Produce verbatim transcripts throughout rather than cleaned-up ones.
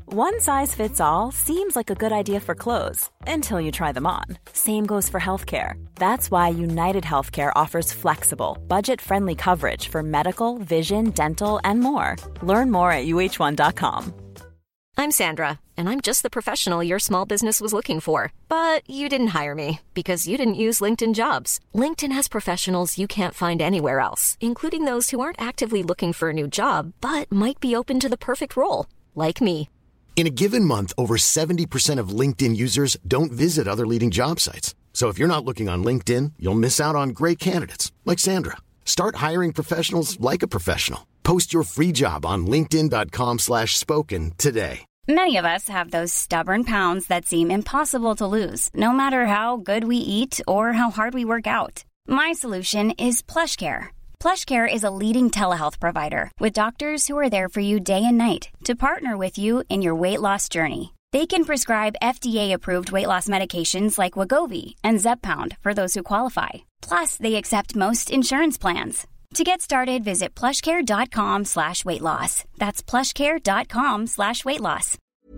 One size fits all seems like a good idea for clothes until you try them on. Same goes for healthcare. That's why United Healthcare offers flexible, budget-friendly coverage for medical, vision, dental, and more. Learn more at U H one dot com. I'm Sandra, and I'm just the professional your small business was looking for. But you didn't hire me because you didn't use LinkedIn Jobs. LinkedIn has professionals you can't find anywhere else, including those who aren't actively looking for a new job, but might be open to the perfect role, like me. In a given month, over seventy percent of LinkedIn users don't visit other leading job sites. So if you're not looking on LinkedIn, you'll miss out on great candidates like Sandra. Start hiring professionals like a professional. Post your free job on linkedin.com slash spoken today. Many of us have those stubborn pounds that seem impossible to lose, no matter how good we eat or how hard we work out. My solution is PlushCare. PlushCare is a leading telehealth provider with doctors who are there for you day and night to partner with you in your weight loss journey. They can prescribe F D A-approved weight loss medications like Wegovy and Zepbound for those who qualify. Plus, they accept most insurance plans. To get started, visit plushcare.com slash weight loss. That's plushcare.com slash weight loss.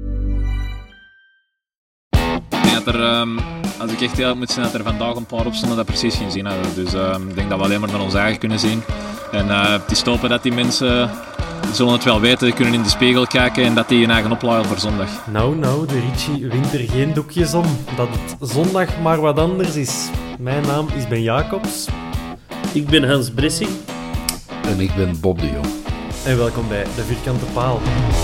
Ik denk dat er, um, als ik echt eerlijk moet zijn, dat er vandaag een paar op stonden dat precies geen zin hadden. Dus um, ik denk dat we alleen maar naar ons eigen kunnen zien. En uh, het is te hopen dat die mensen zullen het wel weten, die kunnen in de spiegel kijken en dat die hun eigen opladen voor zondag. Nou, nou, de Richie wint er geen doekjes om. Dat het zondag maar wat anders is. Mijn naam is Ben Jacobs. Ik ben Hans Bressing. En ik ben Bob de Jong. En welkom bij De Vierkante Paal.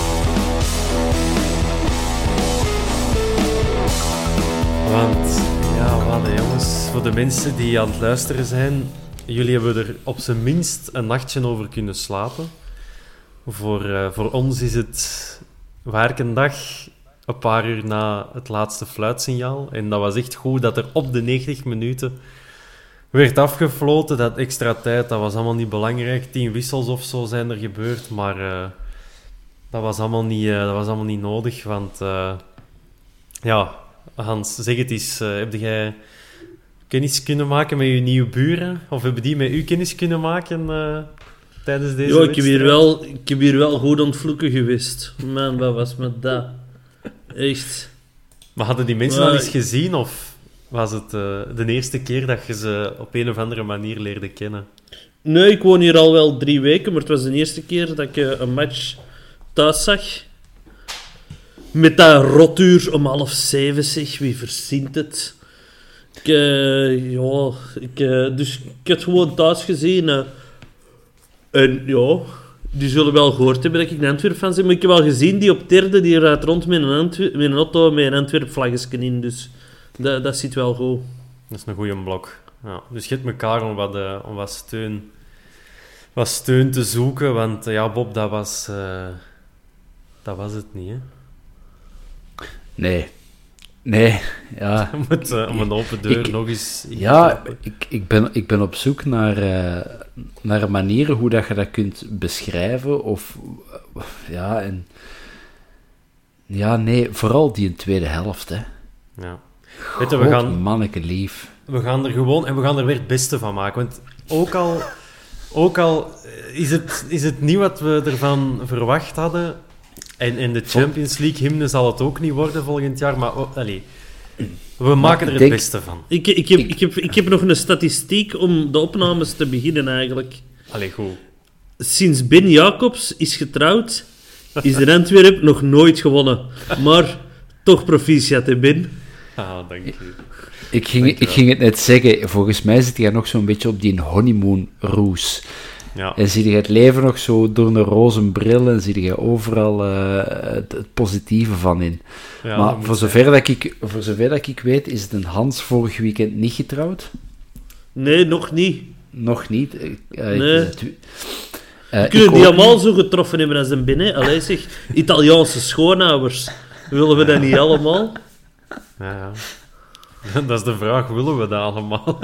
Want, ja, wat hè, jongens, voor de mensen die aan het luisteren zijn, jullie hebben er op zijn minst een nachtje over kunnen slapen. Voor, uh, voor ons is het werkendag een paar uur na het laatste fluitsignaal. En dat was echt goed dat er op de negentig minuten werd afgefloten. Dat extra tijd, dat was allemaal niet belangrijk. Tien wissels of zo zijn er gebeurd, maar uh, dat, was allemaal niet, uh, dat was allemaal niet nodig. Want, uh, ja, Hans, zeg het eens. Uh, heb jij kennis kunnen maken met je nieuwe buren? Of hebben die met u kennis kunnen maken uh, tijdens deze ja, wedstrijd? ik heb hier wel, ik heb hier wel goed aan het vloeken geweest. Man, wat was met dat? Echt. Maar hadden die mensen maar... al eens gezien, of was het uh, de eerste keer dat je ze op een of andere manier leerde kennen? Nee, ik woon hier al wel drie weken, maar het was de eerste keer dat ik uh, een match thuis zag. Met dat rotuur om half zeven, zeg. Wie verzint het? Ik, uh, ja, ik, uh, dus ik heb het gewoon thuis gezien. Uh, en ja, die zullen wel gehoord hebben dat ik een Antwerp-fan ben. Maar ik heb wel gezien, die op het derde, die rijdt rond met een, Antwer- met een auto met een Antwerp-vlaggesken in. Dus dat, dat zit wel goed. Dat is een goeie blok. Ja, dus je hebt elkaar om wat, uh, om wat, steun, wat steun te zoeken. Want uh, ja, Bob, dat was, uh, dat was het niet, hè? Nee. Nee, ja. Om, het, uh, om een open deur ik, nog eens... Ja, ik, ik, ben, ik ben op zoek naar, uh, naar manieren hoe dat je dat kunt beschrijven. Of, uh, ja, en... Ja, nee, vooral die tweede helft, hè. Ja. Weet je, we gaan... manneke lief. We gaan er gewoon... En we gaan er weer het beste van maken. Want ook al... Ook al is het, is het niet wat we ervan verwacht hadden... En in de Champions League hymne zal het ook niet worden volgend jaar, maar oh, allez, we maken er het denk, beste van. Ik, ik, heb, ik, heb, ik heb nog een statistiek om de opnames te beginnen, eigenlijk. Allee, goed. Sinds Ben Jacobs is getrouwd, is de Antwerp nog nooit gewonnen. Maar toch proficiat, hè, Ben? Ah, dank je. Ik ging, ik ging het net zeggen, volgens mij zit hij nog zo'n beetje op die honeymoon-roes. Ja. En zie je het leven nog zo door een roze bril en zie je overal uh, het, het positieve van in. Ja, maar voor zover, dat ik, voor zover dat ik weet, is het een Hans vorig weekend niet getrouwd? Nee, nog niet. Nog niet? Uh, nee. Het, uh, kunnen die allemaal niet zo getroffen hebben als een Ben, hè? Allee, zeg, Italiaanse schoonouders. Willen we dat niet allemaal? Ja, ja. Dat is de vraag, willen we dat allemaal?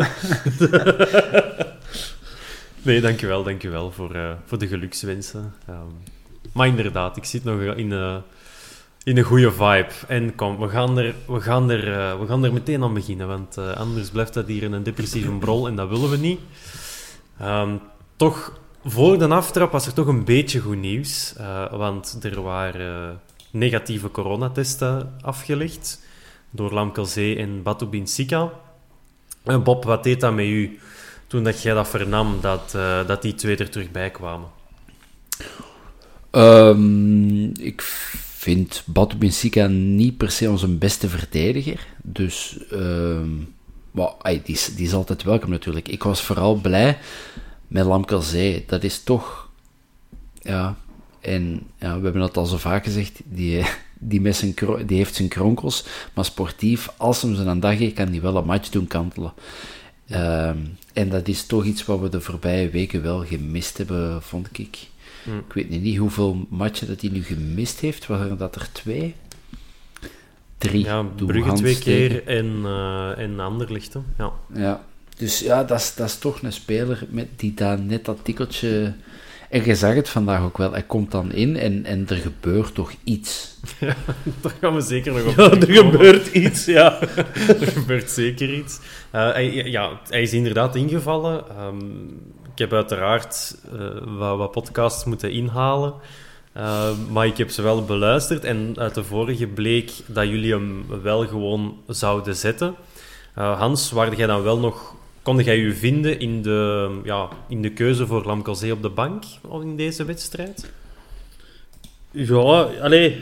Nee, dankjewel, dankjewel voor, uh, voor de gelukswensen. Um, maar inderdaad, ik zit nog in, uh, in een goede vibe. En kom, we gaan er, we gaan er, uh, we gaan er meteen aan beginnen, want uh, anders blijft dat hier een depressieve brol en dat willen we niet. Um, toch, voor de aftrap was er toch een beetje goed nieuws, uh, want er waren negatieve coronatesten afgelegd door Lamkelzee en Batu Binsika. En Bob, wat deed dat met u toen dat jij dat vernam, dat, uh, dat die twee er terug bij kwamen? Um, ik vind Batu Binsika niet per se onze beste verdediger. Dus um, well, ay, die, is, die is altijd welkom natuurlijk. Ik was vooral blij met Lamkelzee. Dat is toch... Ja, en ja, we hebben dat al zo vaak gezegd. Die, die, met zijn, die heeft zijn kronkels. Maar sportief, als hem zijn dag heeft, kan hij wel een match doen kantelen. Um, en dat is toch iets wat we de voorbije weken wel gemist hebben, vond ik. Hmm. Ik weet niet hoeveel matchen dat hij nu gemist heeft. Waren dat er twee? Drie. Ja, Brugge twee keer en, uh, en Anderlecht. Hè? Ja. ja. Dus ja, dat is, dat is toch een speler met die daar net dat tikkeltje... En je zag het vandaag ook wel. Hij komt dan in en, en er gebeurt toch iets. Ja, daar gaan we zeker nog op. Ja, er gebeurt iets, ja. Er gebeurt zeker iets. Uh, hij, ja, hij is inderdaad ingevallen. Um, ik heb uiteraard uh, wat, wat podcasts moeten inhalen. Uh, maar ik heb ze wel beluisterd. En uit de vorige bleek dat jullie hem wel gewoon zouden zetten. Uh, Hans, waar jij dan wel nog... Kon jij je vinden in de, ja, in de keuze voor Lamkelzee op de bank in deze wedstrijd? Ja, allee...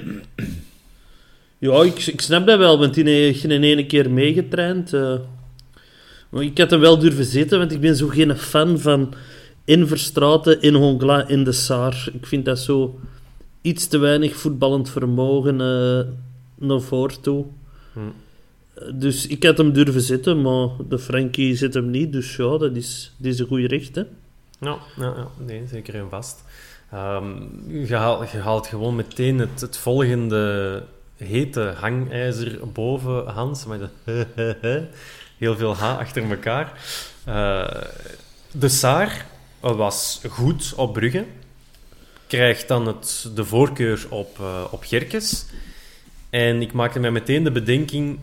Ja, ik, ik snap dat wel, want die heeft in ene keer meegetraind. Uh, maar ik had hem wel durven zitten, want ik ben zo geen fan van in Verstraeten, in Hongla, in de Saar. Ik vind dat zo iets te weinig voetballend vermogen uh, naar voren toe. Hm. Dus ik had hem durven zitten, maar de Frankie zit hem niet. Dus ja, dat is, dat is een goede recht, hè. Ja, ja, ja, nee, zeker en vast. Um, je, haalt, je haalt gewoon meteen het, het volgende hete hangijzer boven, Hans. Met de heel veel H achter elkaar. Uh, de Saar was goed op Brugge. Krijgt dan het, de voorkeur op, uh, op Gerkes. En ik maakte mij meteen de bedenking...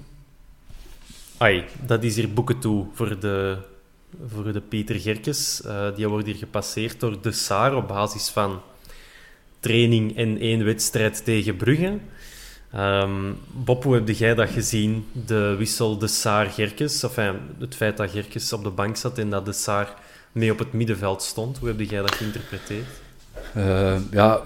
Ai, dat is hier boeken toe voor de, voor de Pieter Gerkes. Uh, die wordt hier gepasseerd door de Saar op basis van training en één wedstrijd tegen Brugge. Um, Bob, hoe heb jij dat gezien? De wissel de Saar-Gerkes? Enfin, het feit dat Gerkes op de bank zat en dat de Saar mee op het middenveld stond. Hoe heb jij dat geïnterpreteerd? Uh, ja...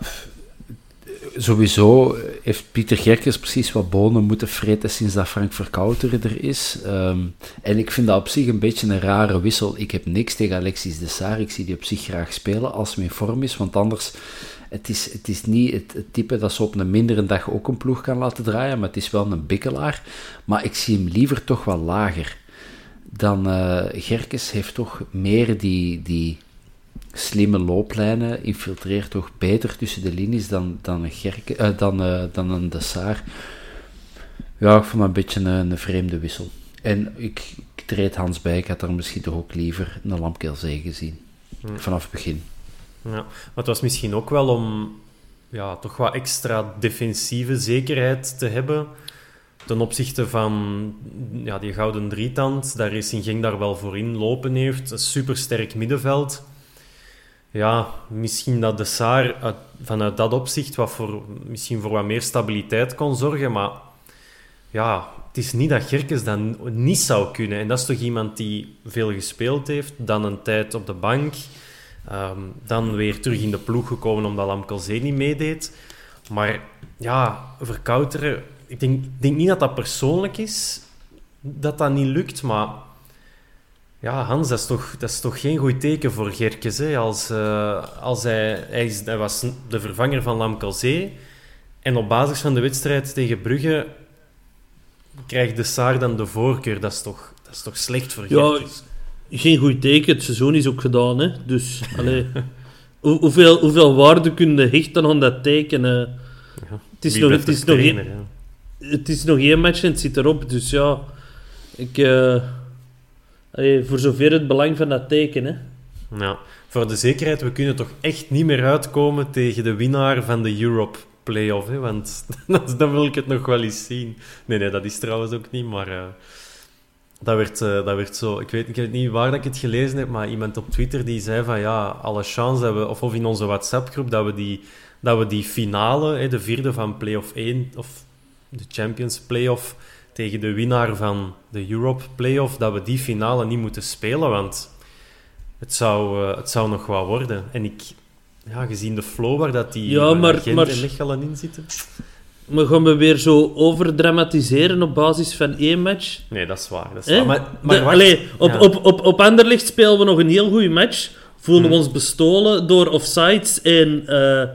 Sowieso heeft Pieter Gerkes precies wat bonen moeten vreten sinds dat Frank Verkouter er is. Um, en ik vind dat op zich een beetje een rare wissel. Ik heb niks tegen Alexis de Saar. Ik zie die op zich graag spelen als hij in vorm is. Want anders, het is, het is niet het, het type dat ze op een mindere dag ook een ploeg kan laten draaien. Maar het is wel een bikkelaar. Maar ik zie hem liever toch wat lager. Dan uh, Gerkes heeft toch meer die... die slimme looplijnen, infiltreert toch beter tussen de linies dan, dan, een, Gerke, uh, dan, uh, dan een de Saar. Ja, ik vond dat een beetje een, een vreemde wissel. En ik, ik treed Hans bij, ik had er misschien toch ook liever een Lamkelzee gezien. Hmm. Vanaf het begin. Ja, maar het was misschien ook wel om ja, toch wat extra defensieve zekerheid te hebben ten opzichte van ja, die gouden drietand. Daar Racing Genk daar wel voor in lopen heeft. Een supersterk middenveld. Ja, misschien dat de Saar uit, vanuit dat opzicht wat voor, misschien voor wat meer stabiliteit kon zorgen, maar ja, het is niet dat Gerkes dat niet zou kunnen. En dat is toch iemand die veel gespeeld heeft, dan een tijd op de bank, um, dan weer terug in de ploeg gekomen omdat Lamkelzee niet meedeed. Maar ja, Verkouteren, ik denk, denk niet dat dat persoonlijk is, dat dat niet lukt, maar... Ja, Hans, dat is toch, dat is toch geen goed teken voor Gerkes. Hè? Als, uh, als hij, hij, is, hij was de vervanger van Lamkelzee en op basis van de wedstrijd tegen Brugge krijgt de Saar dan de voorkeur. Dat is toch, dat is toch slecht voor Gerkes? Ja, geen goed teken. Het seizoen is ook gedaan. Hè? Dus, allee, hoe, hoeveel, hoeveel waarde kun je hechten aan dat teken? Uh, ja, het is, nog, het, is nog trainer, een, ja. het is nog één match en het zit erop. Dus ja, ik... Uh, Allee, voor zover het belang van dat teken, hè. Ja, voor de zekerheid, we kunnen toch echt niet meer uitkomen tegen de winnaar van de Europe Playoff, hè, want dan wil ik het nog wel eens zien. Nee, nee, dat is trouwens ook niet, maar uh, dat, werd, uh, dat werd zo... Ik weet, ik weet niet waar dat ik het gelezen heb, maar iemand op Twitter die zei van ja, alle chance dat we, of, of in onze WhatsApp-groep, dat we die, dat we die finale, hè, de vierde van play-off één, of de Champions Playoff, tegen de winnaar van de Europe Playoff, dat we die finale niet moeten spelen, want het zou, uh, het zou nog wat worden. En ik, ja, gezien de flow waar dat die ja, maar, Gent maar, en Mechelen in zitten... Maar gaan we weer zo overdramatiseren op basis van één match? Nee, dat is waar. Dat is eh? waar. Maar, maar de, wacht, allee, op, ja. op, op, op Anderlecht spelen we nog een heel goede match. Voelen we Hmm. ons bestolen door offsides en uh,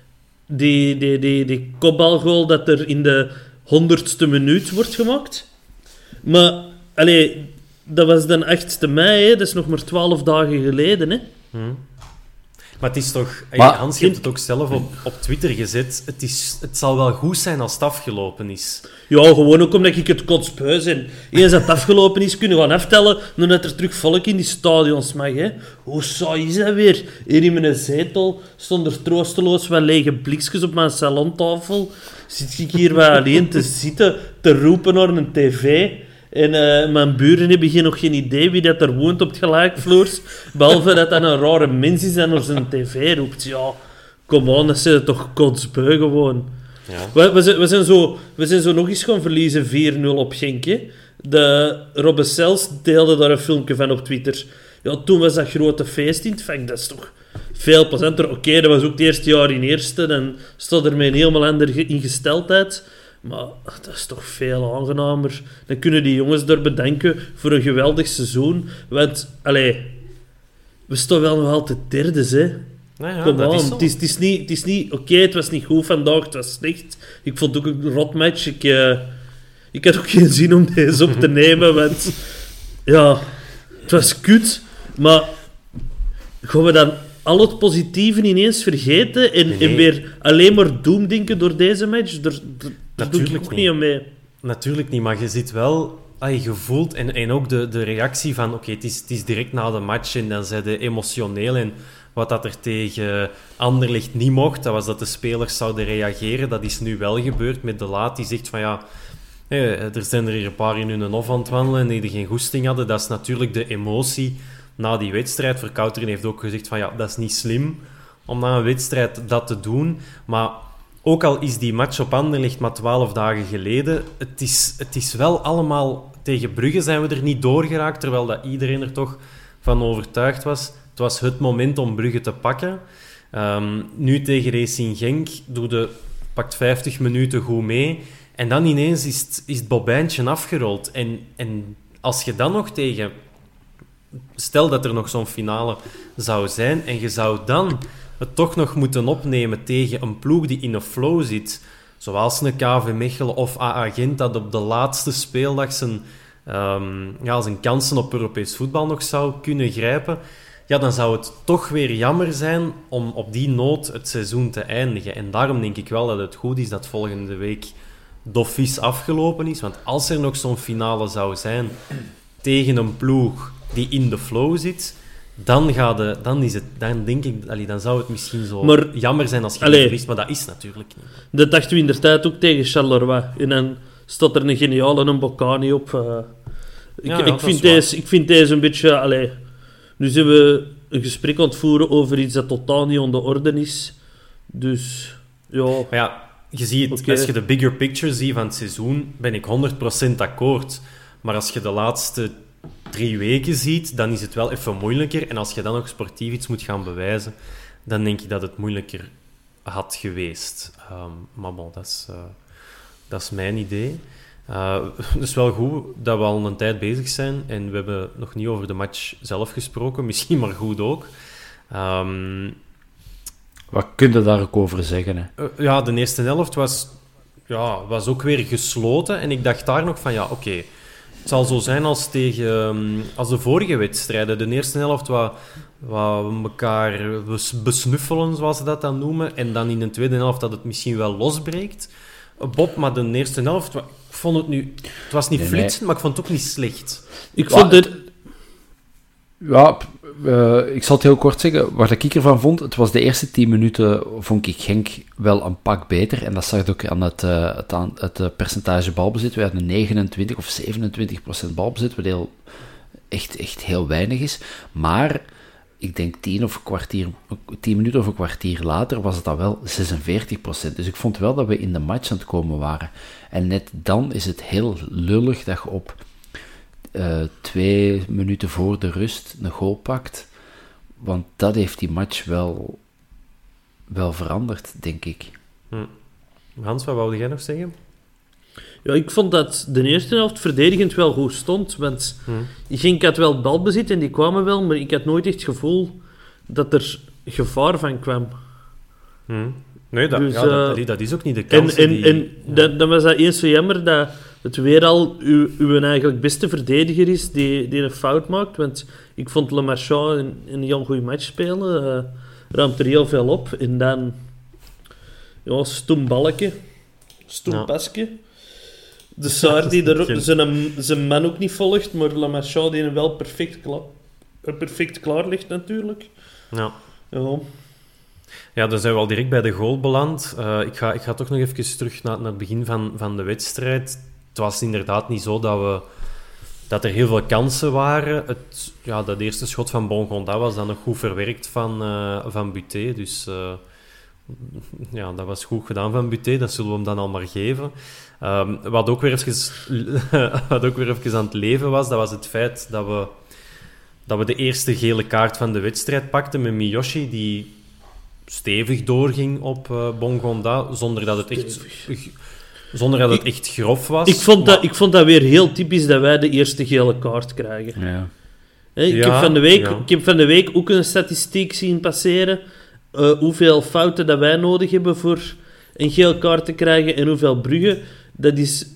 die, die, die, die kopbalgoal dat er in de honderdste minuut wordt gemaakt. Maar, allee, dat was dan achtste mei, hè? Dat is nog maar twaalf dagen geleden. Hè? Hmm. Maar het is toch... Maar- Hans, je hebt het ook zelf op, op Twitter gezet. Het, is, het zal wel goed zijn als het afgelopen is. Ja, gewoon ook omdat ik het kotsbeu ben. Eens dat het afgelopen is, kunnen we gaan aftellen doordat er terug volk in die stadions mag. Hè. Hoe saai is dat weer? Hier in mijn zetel stonden er troosteloos wat lege blikjes op mijn salontafel. Zit ik hier wat alleen te zitten, te roepen naar een tv. En uh, mijn buren hebben geen, nog geen idee wie dat er woont op het gelijkvloers. Behalve dat dat een rare mens is en naar zijn tv roept. Ja, kom on, dat zijn toch kotsbeu gewoon. Ja. We, we, zijn, we, zijn zo, we zijn zo nog eens gaan verliezen vier nul op Genk. Hè. De Robbe Sels deelde daar een filmpje van op Twitter. Ja, toen was dat grote feest in het vak. Dat is toch veel plezanter. Oké, okay, dat was ook het eerste jaar in eerste. Dan stond er met een helemaal andere ingesteldheid. Maar dat is toch veel aangenamer. Dan kunnen die jongens er bedanken voor een geweldig seizoen. Want, allee, we staan wel nog altijd derde, hè. Nou ja, Kom dat aan, is zo. het is, het is niet... Het is niet Oké, okay, het was niet goed vandaag, het was slecht. Ik vond het ook een rotmatch. Ik, uh, ik had ook geen zin om deze op te nemen, want... Ja, het was kut. Maar gaan we dan al het positieve ineens vergeten en, Nee. en weer alleen maar doemdenken door deze match? Daar, daar, daar doe ik Natuurlijk ook niet. niet aan mee. Natuurlijk niet, maar je ziet wel... Ah, je voelt, en, en ook de, de reactie van... Oké, okay, het, is, het is direct na de match en dan zijn ze emotioneel. En wat dat er tegen Anderlecht niet mocht, dat was dat de spelers zouden reageren. Dat is nu wel gebeurd met De Laat. Die zegt van ja... Hey, er zijn er hier een paar in hun hof aan het wandelen die er geen goesting hadden. Dat is natuurlijk de emotie na die wedstrijd. Verkouteren heeft ook gezegd van ja, dat is niet slim om na een wedstrijd dat te doen. Maar ook al is die match op Anderlecht maar twaalf dagen geleden, het is, het is wel allemaal... Tegen Brugge zijn we er niet doorgeraakt, terwijl dat iedereen er toch van overtuigd was. Het was het moment om Brugge te pakken. Um, nu tegen Racing Genk doe de, pakt vijftig minuten goed mee. En dan ineens is het, is het bobijntje afgerold. En, en als je dan nog tegen... Stel dat er nog zo'n finale zou zijn en je zou dan het toch nog moeten opnemen tegen een ploeg die in een flow zit, zoals een K V Mechelen of A A Gent, dat op de laatste speeldag zijn, um, ja, zijn kansen op Europees voetbal nog zou kunnen grijpen, ja, dan zou het toch weer jammer zijn om op die noot het seizoen te eindigen. En daarom denk ik wel dat het goed is dat volgende week doffies afgelopen is. Want als er nog zo'n finale zou zijn tegen een ploeg die in de flow zit, dan, gaat de, dan, is het, dan denk ik, allee, dan zou het misschien zo Maar, jammer zijn als je allee, het verliest, maar dat is natuurlijk niet. Dat dachten we inderdaad ook tegen Charleroi. En dan staat er een geniale een Bocani op. Uh, ik, Ja, ja, ik, dat vind is waar. deze, ik vind deze een beetje... Allee, nu zijn we een gesprek aan het voeren over iets dat totaal niet aan de orde is. Dus, ja... Maar ja, je ziet, Oké. als je de bigger picture ziet van het seizoen, ben ik honderd procent akkoord. Maar als je de laatste drie weken ziet, dan is het wel even moeilijker. En als je dan nog sportief iets moet gaan bewijzen, dan denk ik dat het moeilijker had geweest. Um, maar bon, dat is, uh, dat is mijn idee. Uh, het is wel goed dat we al een tijd bezig zijn en we hebben nog niet over de match zelf gesproken. Misschien maar goed ook. Um, Wat kun je daar ook over zeggen? Hè? Uh, ja, de eerste helft was, ja, was ook weer gesloten. En ik dacht daar nog van, ja, oké. Okay, het zal zo zijn als tegen um, als de vorige wedstrijden. De eerste helft wat, wat we elkaar besnuffelen, zoals ze dat dan noemen. En dan in de tweede helft dat het misschien wel losbreekt. Bob, maar de eerste helft, ik vond het nu... Het was niet nee, flitsend, nee. maar ik vond het ook niet slecht. Ik Ja, vond het... Ja, uh, ik zal het heel kort zeggen. Wat ik ervan vond, het was de eerste tien minuten, vond ik Genk wel een pak beter. En dat zag je ook aan het, uh, het, aan het uh, percentage balbezit. We hadden een negenentwintig of zevenentwintig procent balbezit, wat heel, echt, echt heel weinig is. Maar ik denk tien, of een kwartier, tien minuten of een kwartier later was het dan wel zesenveertig procent. Dus ik vond wel dat we in de match aan het komen waren. En net dan is het heel lullig dat je op uh, twee minuten voor de rust een goal pakt. Want dat heeft die match wel, wel veranderd, denk ik. Hm. Hans, wat wou jij nog zeggen? Ja, ik vond dat de eerste helft verdedigend wel goed stond. Want Hmm. Genk had wel balbezit en die kwamen wel, maar ik had nooit echt het gevoel dat er gevaar van kwam. Hmm. Nee, dat, Dus, ja, dat, uh, dat is ook niet de En, kans en, die... en ja. dan, dan was dat eens zo jammer dat het weer al uw, uw eigenlijk beste verdediger is die, die een fout maakt. Want ik vond Le Marchand een, een heel goede match spelen. Uh, ruimt er heel veel op. En dan... Ja, stoem balkje. Stoem Ja. pasje. De Saar die er, zijn, zijn man ook niet volgt, maar Le Marchand die hem wel perfect, kla- perfect klaar ligt natuurlijk. Ja. Ja. Ja, dan zijn we al direct bij de goal beland. Uh, ik, ga, ik ga toch nog even terug naar, naar het begin van, van de wedstrijd. Het was inderdaad niet zo dat, we, dat er heel veel kansen waren. Het, ja, dat eerste schot van Bongonda was dan nog goed verwerkt van, uh, van Buté. Dus uh, ja, dat was goed gedaan van Buté. Dat zullen we hem dan al maar geven. Um, wat, ook weer even, wat ook weer even aan het leven was, dat was het feit dat we, dat we de eerste gele kaart van de wedstrijd pakten met Miyoshi, die stevig doorging op uh, Bongonda, zonder dat het echt, zonder dat het Ik- echt grof was. Ik vond, Maar- dat, ik vond dat weer heel typisch dat wij de eerste gele kaart krijgen. Ja. Hè, ik, Ja, heb van de week, ja. ik heb van de week ook een statistiek zien passeren. Uh, hoeveel fouten dat wij nodig hebben voor een geel kaart te krijgen en hoeveel Brugge. Dat is,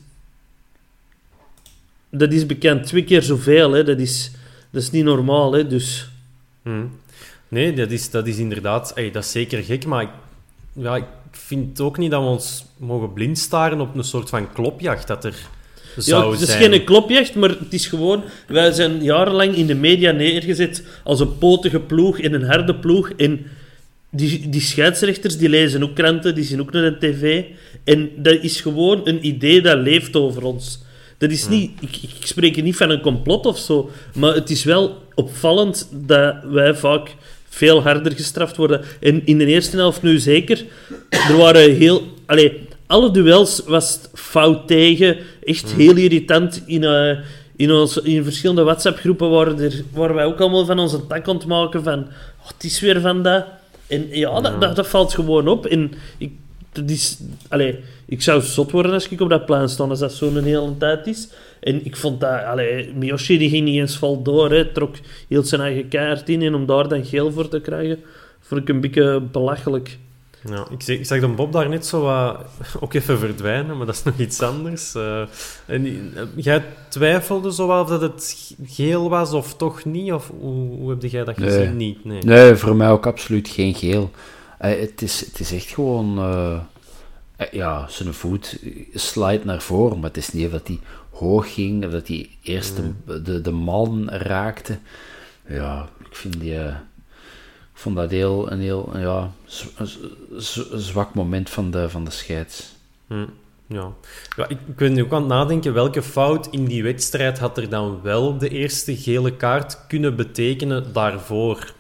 dat is bekend twee keer zoveel. Hè. Dat, is, dat is niet normaal. Hè. Dus, Hmm. Nee, dat is, dat is inderdaad... Ey, dat is zeker gek, maar ik, ja, ik vind ook niet dat we ons mogen blind staren op een soort van klopjacht dat er ja, zou het is zijn. geen klopjacht, maar het is gewoon... Wij zijn jarenlang in de media neergezet als een potige ploeg en een harde ploeg. En die, die scheidsrechters die lezen ook kranten, die zien ook naar de tv. En dat is gewoon een idee dat leeft over ons. Dat is niet... Ik, ik spreek hier niet van een complot of zo, maar het is wel opvallend dat wij vaak veel harder gestraft worden. En in de eerste helft nu zeker. Er waren heel... Allee, alle duels was het fout tegen. Echt heel irritant. In, uh, in, ons, in verschillende WhatsApp-groepen waren, er, waren wij ook allemaal van onze tak aan het maken van... Oh, het is weer van dat. En ja, dat, dat, dat valt gewoon op. En ik, dat is, allee, ik zou zot worden als ik op dat plein sta, als dat zo'n hele tijd is. En ik vond dat... Allee, Miyoshi die ging niet eens vol door. Hè, trok, hield zijn eigen keihard in. En om daar dan geel voor te krijgen, vond ik een beetje belachelijk. Ja, ik, zeg, ik zag de Bob daar net zo wat, ook even verdwijnen, maar dat is nog iets anders. Uh, en, uh, jij twijfelde zo wel of dat het geel was of toch niet? Of hoe, hoe heb jij dat gezien? Nee. Niet? Nee. Nee, voor mij ook absoluut geen geel. Uh, het, is, het is echt gewoon... Uh, uh, ja, zijn voet slide naar voren, maar het is niet of dat hij hoog ging, of dat hij eerst de, de, de man raakte. Ja, ik vind die... Uh, Ik vond dat heel, een heel ja, z- z- zwak moment van de, van de scheids. Hm, ja. Ja, ik, ik ben nu ook aan het nadenken, welke fout in die wedstrijd had er dan wel de eerste gele kaart kunnen betekenen daarvoor?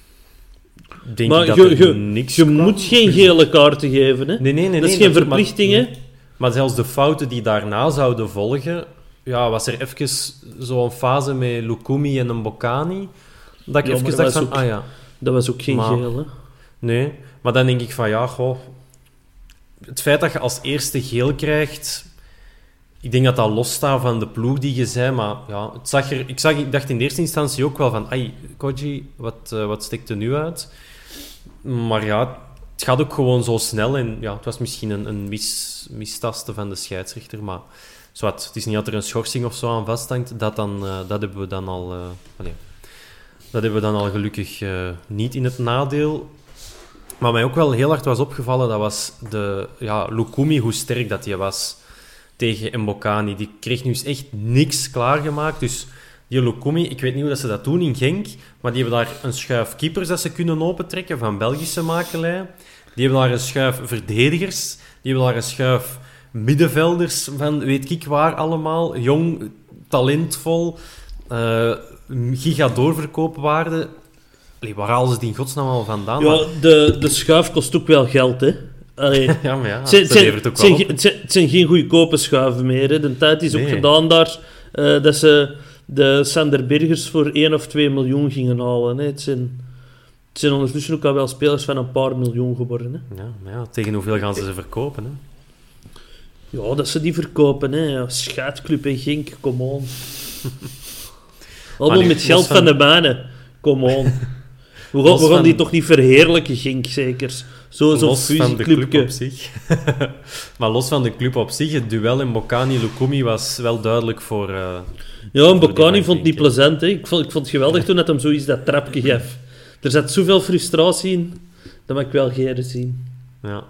Denk Maar ik dat je, er je, niks je kwam. moet geen gele kaarten geven. Hè? Nee, nee, nee. dat is nee, geen dat- verplichting, maar, hè? Maar zelfs de fouten die daarna zouden volgen, ja, was er even zo'n fase met Lukumi en een Bocani, dat ik Ja, maar even dat dacht was van, ook- ah ja, Dat was ook geen Maar- geel, hè? nee. Maar dan denk ik van, ja, goh, het feit dat je als eerste geel krijgt, ik denk dat dat losstaat van de ploeg die je zei, maar ja, het zag er, ik, zag, ik dacht in de eerste instantie ook wel van, ai, Koji, wat, uh, wat steekt er nu uit? Maar ja, het gaat ook gewoon zo snel en ja, het was misschien een, een mis, mistaste van de scheidsrechter, maar zwart, het is niet dat er een schorsing of zo aan vasthangt, dat, dan, uh, dat hebben we dan al... Uh, allez, dat hebben we dan al gelukkig uh, niet in het nadeel. Maar mij ook wel heel hard was opgevallen, dat was de ja, Lukumi, hoe sterk dat hij was tegen Mbokani. Die kreeg nu eens echt niks klaargemaakt. Dus die Lukumi, ik weet niet hoe dat ze dat doen in Genk, maar die hebben daar een schuif keepers dat ze kunnen opentrekken van Belgische makelij. Die hebben daar een schuif verdedigers. Die hebben daar een schuif middenvelders van weet ik waar allemaal. Jong, talentvol, uh, giga doorverkoopwaarde. Allee, waar halen ze die in godsnaam al vandaan? Ja, de, de schuif kost ook wel geld, hè. Allee, ja, maar ja, het zijn, ze levert ook het zijn, wel op. het zijn, het zijn geen goedkope schuiven meer, hè. De tijd is ook Nee. gedaan daar uh, dat ze de Sander Bergers voor één of twee miljoen gingen halen, hè. Het zijn, het zijn ondertussen ook al wel spelers van een paar miljoen geworden, hè. Ja, maar ja, tegen hoeveel gaan ze ze verkopen, hè? Ja, dat ze die verkopen, hè. Ja, Schaatclub en Genk, kom on. Allemaal nu, met geld los van- van de banen, kom on. We gaan, Los we gaan van- die toch niet verheerlijken, Genk, zeker. Zo, zo'n Los van de club fusieclubje. op zich. Maar los van de club op zich, het duel in Bocani-Lukumi was wel duidelijk voor... uh, Ja, en voor die Bocani van vond het niet Genk, hè. plezant. Hè. Ik, vond, ik vond het geweldig toen dat hem zoiets dat trapje gaf. Er zat zoveel frustratie in, dat mag ik wel geren zien. Ja.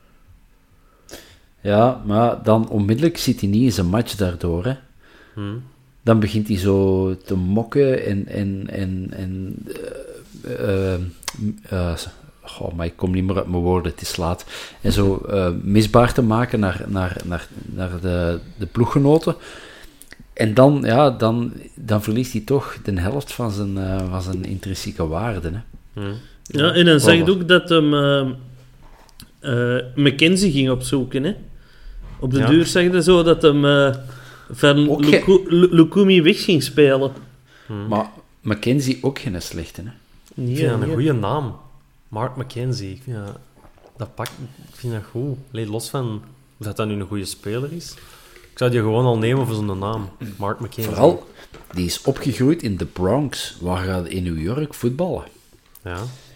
Ja, maar dan onmiddellijk zit hij niet in zijn match daardoor, hè. Hm. Dan begint hij zo te mokken en... en, en, en uh, uh, uh, oh, maar ik kom niet meer uit mijn woorden, het is laat. En zo uh, misbaar te maken naar, naar, naar, naar de, de ploeggenoten. En dan, ja, dan, dan verliest hij toch de helft van zijn, uh, van zijn intrinsieke waarde, hè. Hm. Ja, en dan zag je Voilà. ook dat hem uh, uh, McKenzie ging opzoeken. Hè. Op de Ja. duur zag je zo dat hem uh, van Ook Luku- Lu- Lukumi weg ging spelen. Maar Mackenzie ook geen slechte, hè. Ik Nee, vind dat een nee. goede naam. Mark McKenzie. Ik vind dat, dat pakt, ik vind dat goed. Allee, los van of dat, dat nu een goede speler is. Ik zou die gewoon al nemen voor zo'n naam. Mark McKenzie. Vooral, die is opgegroeid in de Bronx, waar gaat in New York voetballen. Ja.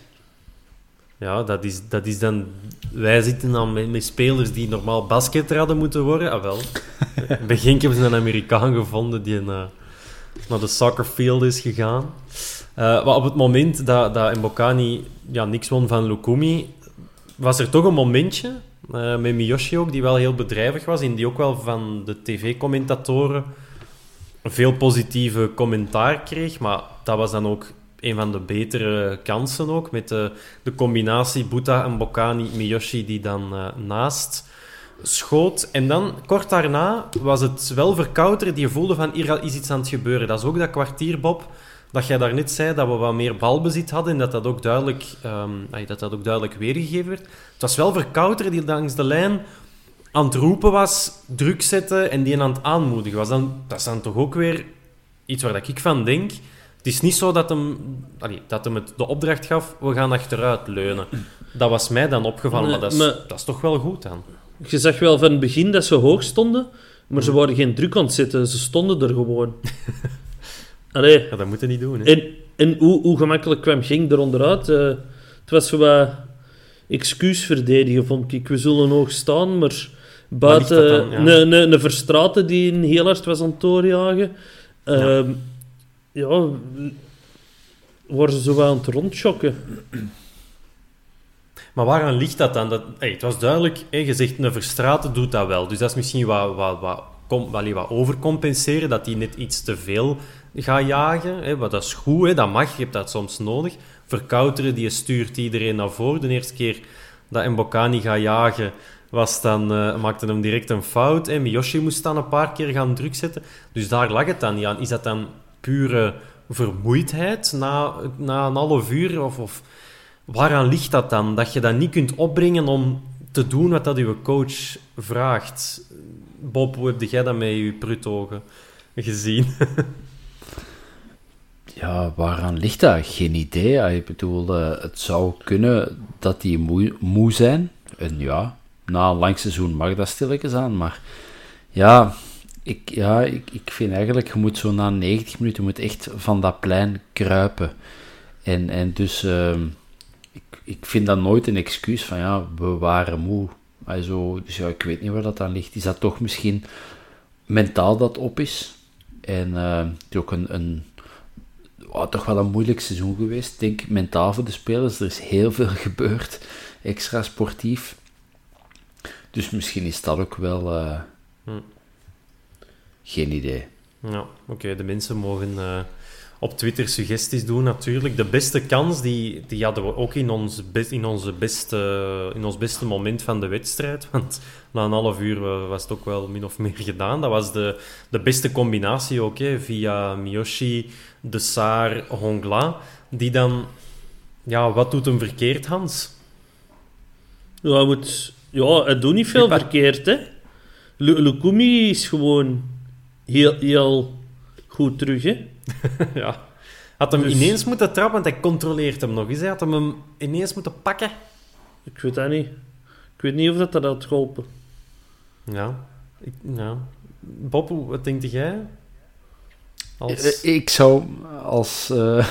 Ja, dat is, dat is dan... Wij zitten dan met, met spelers die normaal basketter hadden moeten worden. Ah, wel. Bij Genk hebben ze een Amerikaan gevonden die uh, naar de soccerfield is gegaan. Uh, maar op het moment dat, dat Mbokani ja, niks won van Lukumi, was er toch een momentje uh, met Miyoshi ook, die wel heel bedrijvig was en die ook wel van de tv-commentatoren veel positieve commentaar kreeg. Maar dat was dan ook een van de betere kansen ook, met de, de combinatie Buta en Mbokani, Miyoshi die dan uh, naast schoot. En dan, kort daarna, was het wel verkouteren. Die voelde van, hier is iets aan het gebeuren. Dat is ook dat kwartier, Bob, dat jij daarnet zei, dat we wat meer balbezit hadden en dat dat ook duidelijk, um, dat dat ook duidelijk weergegeven werd. Het was wel verkouteren die langs de lijn aan het roepen was, druk zetten en die aan het aanmoedigen was. Dan, dat is dan toch ook weer iets waar ik van denk. Het is niet zo dat hem, allee, dat hem het de opdracht gaf, we gaan achteruit leunen. Dat was mij dan opgevallen, Nee, maar, dat is, maar- dat is toch wel goed dan. Je zag wel van het begin dat ze hoog stonden, maar ze waren geen druk aan het zetten. Ze stonden er gewoon. Allee. Ja, dat moet je niet doen. Hè. En, en hoe, hoe gemakkelijk kwam Genk er onderuit? Uh, het was zo wat excuus verdedigen, vond ik. We zullen hoog staan, maar buiten ligt dat dan, ja? een, een, een Verstraeten die een heel hard was aan het doorjagen. Uh, ja. ja, waren ze zo wat aan het rondschokken. Maar waaraan ligt dat dan? Dat, hey, het was duidelijk, hey, je zegt, een Verstraeten doet dat wel. Dus dat is misschien wat, wat, wat, kom, wat, wat overcompenseren, dat hij net iets te veel gaat jagen. Hè, maar dat is goed, hè, dat mag, je hebt dat soms nodig. Verkouteren, die stuurt iedereen naar voren. De eerste keer dat Mbokani gaat jagen, was dan, uh, maakte hem direct een fout. Hè. Miyoshi moest dan een paar keer gaan druk zetten. Dus daar lag het dan niet aan. Is dat dan pure vermoeidheid na, na een half uur? Of... of waaraan ligt dat dan? Dat je dat niet kunt opbrengen om te doen wat dat uw coach vraagt. Bob, hoe heb jij dat met je prutogen gezien? Ja, waaraan ligt dat? Geen idee. Ik bedoel, uh, het zou kunnen dat die moe, moe zijn. En ja, na een lang seizoen mag dat stilletjes aan. Maar ja, ik, ja ik, ik vind eigenlijk, je moet zo na negentig minuten moet echt van dat plein kruipen. En, en dus... Uh, ik vind dat nooit een excuus van, ja, we waren moe. Also, dus ja, ik weet niet waar dat aan ligt. Is dat toch misschien mentaal dat op is? En uh, het is ook een, een oh, toch wel een moeilijk seizoen geweest. Ik denk, mentaal voor de spelers, er is heel veel gebeurd. Extra sportief. Dus misschien is dat ook wel... Uh, hm. Geen idee. Ja, oké. Okay, de mensen mogen... Uh... op Twitter suggesties doen natuurlijk. De beste kans, die, die hadden we ook in ons, be- in, onze beste, in ons beste moment van de wedstrijd. Want na een half uur was het ook wel min of meer gedaan. Dat was de, de beste combinatie ook, hè, via Miyoshi, De Saar, Hongla. Die dan ja, wat doet hem verkeerd, Hans? Ja, hij, moet, ja, hij doet niet veel Jepa. verkeerd, hè. Lu- Lukumi is gewoon heel, heel goed terug, hè. Ja. Had hem Dus- ineens moeten trappen, want hij controleert hem nog eens. Hij had hem, hem ineens moeten pakken. Ik weet dat niet. Ik weet niet of dat dat had geholpen. Ja. Ik, ja. Bob, hoe- wat denk jij? Als... Eh, Ik zou als, eh,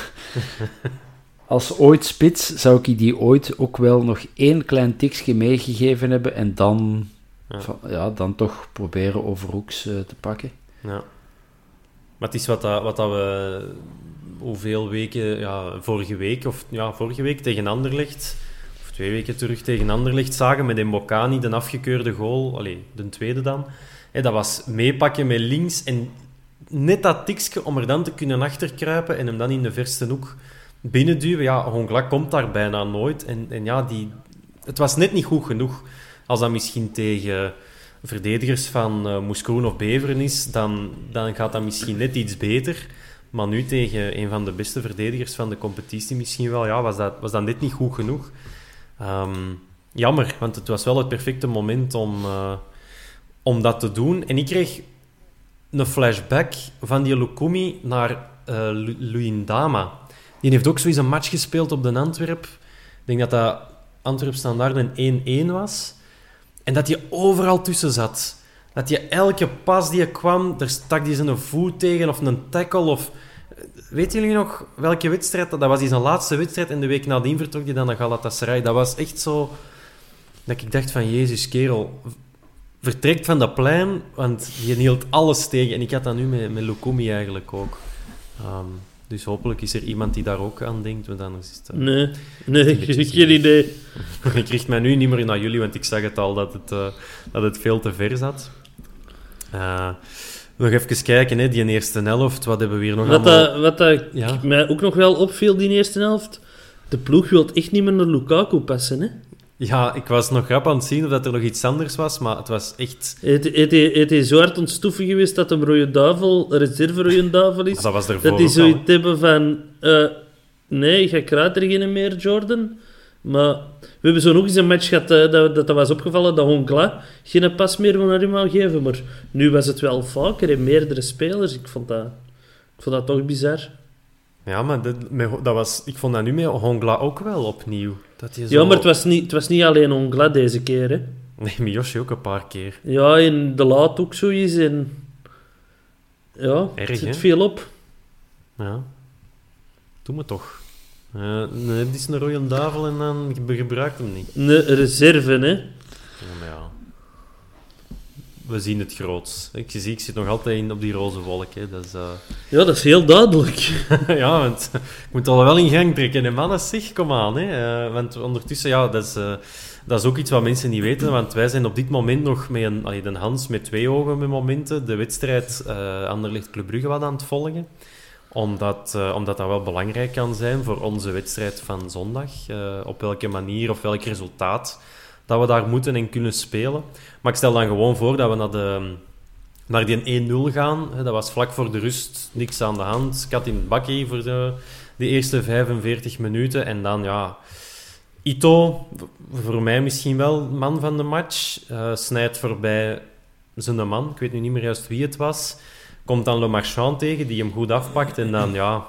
als ooit spits, zou ik die ooit ook wel nog één klein tikje meegegeven hebben en dan, Ja. van, ja, dan toch proberen Overhoeks eh, te pakken. Ja. Maar het is wat, dat, wat dat we hoeveel weken, ja, vorige week, of ja, vorige week tegen Anderlecht, of twee weken terug tegen Anderlecht zagen met Mbokani, de afgekeurde goal, allee, de tweede dan. Hè, dat was meepakken met links en net dat tikje om er dan te kunnen achterkruipen en hem dan in de verste hoek binnenduwen. Ja, Hongla komt daar bijna nooit. En, en ja, die, het was net niet goed genoeg. Als dat misschien tegen verdedigers van uh, Moeskroen of Beveren is, dan, dan gaat dat misschien net iets beter. Maar nu tegen een van de beste verdedigers van de competitie misschien wel, ja, was, dat, was dat net niet goed genoeg. Um, jammer, want het was wel het perfecte moment om, uh, om dat te doen. En ik kreeg een flashback van die Lukumi naar uh, Lu- Luyendama. Die heeft ook zoiets een match gespeeld op de Antwerp. Ik denk dat dat Antwerp Standaard een één-één was. En dat hij overal tussen zat. Dat hij elke pas die kwam, daar stak hij zijn voet tegen of een tackle. Of... Weet jullie nog welke wedstrijd? Dat was zijn laatste wedstrijd en de week nadien vertrok hij dan naar Galatasaray. Dat was echt zo... Dat ik dacht van, Jezus, kerel... Vertrekt van dat plein, want je hield alles tegen. En ik had dat nu met, met Lukumi eigenlijk ook. Um, dus hopelijk is er iemand die daar ook aan denkt, want anders is het... Uh, Nee, nee, een beetje geen idee. ik richt mij nu niet meer naar jullie, want ik zag het al dat het, uh, dat het veel te ver zat. Uh, nog even kijken, hè, die eerste helft. Wat hebben we hier nog Wat, allemaal... dat, wat dat Ja. mij ook nog wel opviel, die eerste helft, de ploeg wil echt niet meer naar Lukaku passen, hè. Ja, ik was nog rap aan het zien of dat er nog iets anders was, maar het was echt... Het, het, het, het is zo hard ontstoffen geweest dat een rode duivel, een reserve rode duivel is. Dat was ervoor Dat die ook al, zoiets hebben van... Uh, nee, ga kruid er geen meer, Jordan. Maar we hebben zo nog eens een match gehad uh, dat, dat dat was opgevallen, dat Hongla geen pas meer van naar hem wou geven. Maar nu was het wel vaker en meerdere spelers. Ik vond dat, ik vond dat toch bizar. Ja, maar dat, met, dat was, ik vond dat nu met Hongla ook wel opnieuw. Dat je zo... Ja, maar het was niet, het was niet alleen Hongla deze keer, hè. Nee, Miyoshi ook een paar keer. Ja, en de laat ook zoiets. En... Ja, Erg, het zit hè? veel op. Ja. Doe me toch. Uh, nee, dit is een rode duivel en dan gebruikt hem niet. Een reserve, hè. Ja, maar ja. We zien het groots. Ik, zie, ik zit nog altijd in, op die roze wolk. Hè. Dat is, uh... Ja, dat is heel duidelijk. ja, want ik moet al wel in gang trekken. En mannen, zeg, kom aan. Hè. Uh, want ondertussen, ja, dat is, uh, dat is ook iets wat mensen niet weten. Want wij zijn op dit moment nog met een, allee, de Hans met twee ogen met momenten de wedstrijd uh, Anderlecht Club Brugge wat aan het volgen. Omdat, uh, omdat dat wel belangrijk kan zijn voor onze wedstrijd van zondag. Uh, op welke manier of welk resultaat dat we daar moeten en kunnen spelen. Maar ik stel dan gewoon voor dat we naar, de, naar die één nul gaan. Dat was vlak voor de rust, niks aan de hand. Kat in het bakkie voor de, de eerste vijfenveertig minuten. En dan, ja... Ito, voor mij misschien wel man van de match. Uh, snijdt voorbij zijn man. Ik weet nu niet meer juist wie het was. Komt dan Le Marchand tegen, die hem goed afpakt. En dan, ja...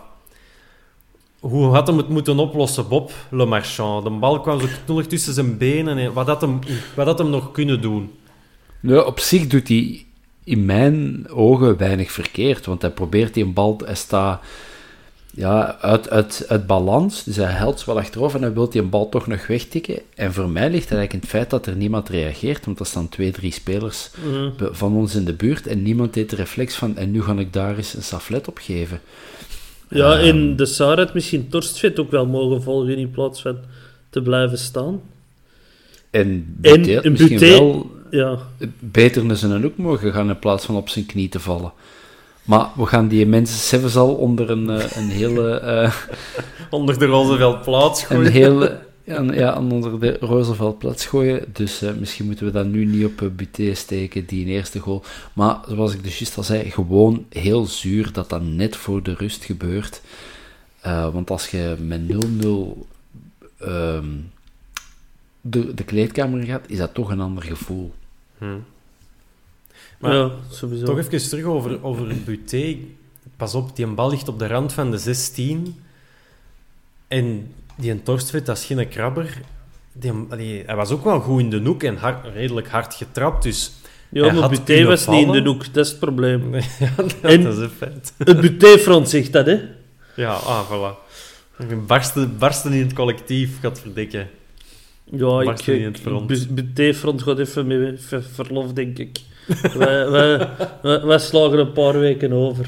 Hoe had hem het moeten oplossen, Bob, Le Marchand? De bal kwam zo knullig tussen zijn benen. En wat had hem, wat had hem nog kunnen doen? Ja, op zich doet hij in mijn ogen weinig verkeerd. Want hij probeert die bal... Hij staat ja, uit, uit, uit balans. Dus hij helpt wel achterover en hij wil die bal toch nog wegtikken. En voor mij ligt het eigenlijk in het feit dat er niemand reageert. Want er staan twee, drie spelers Mm. van ons in de buurt. En niemand deed de reflex van... En nu ga ik daar eens een saflet op geven. Ja, Um, en de Saar had misschien Torstvet ook wel mogen volgen in plaats van te blijven staan. En En Buté had een misschien Buté- wel Ja, beter naar zijn hoek mogen gaan in plaats van op zijn knie te vallen. Maar we gaan die mensen zelfs al onder een, eh, een hele... eh, Onder de Roosevelt plaats een gooien. hele... Ja, ja, onder de Roosevelt plaats gooien. Dus uh, misschien moeten we dat nu niet op uh, Buté steken, die eerste goal. Maar zoals ik dus juist al zei, gewoon heel zuur dat dat net voor de rust gebeurt. Uh, want als je met nul nul um, de, de kleedkamer gaat, is dat toch een ander gevoel. Hmm. Maar ja, sowieso. Toch even terug over, over Buté. Pas op, die bal ligt op de rand van de zestien. En die een Torstvedt, dat is geen krabber. Die, die, hij was ook wel goed in de hoek en hard, redelijk hard getrapt. Dus ja, maar Buté was vallen. Niet in de hoek, dat is het probleem. Ja, dat, en dat is een feit. Het Buté-front zegt dat, hè? Ja, ah, voilà. Barsten, barsten in het collectief, gaat verdikken. Ja, barsten ik, in het front. Buté-front gaat even met verlof, denk ik. wij, wij, wij, wij slagen een paar weken over.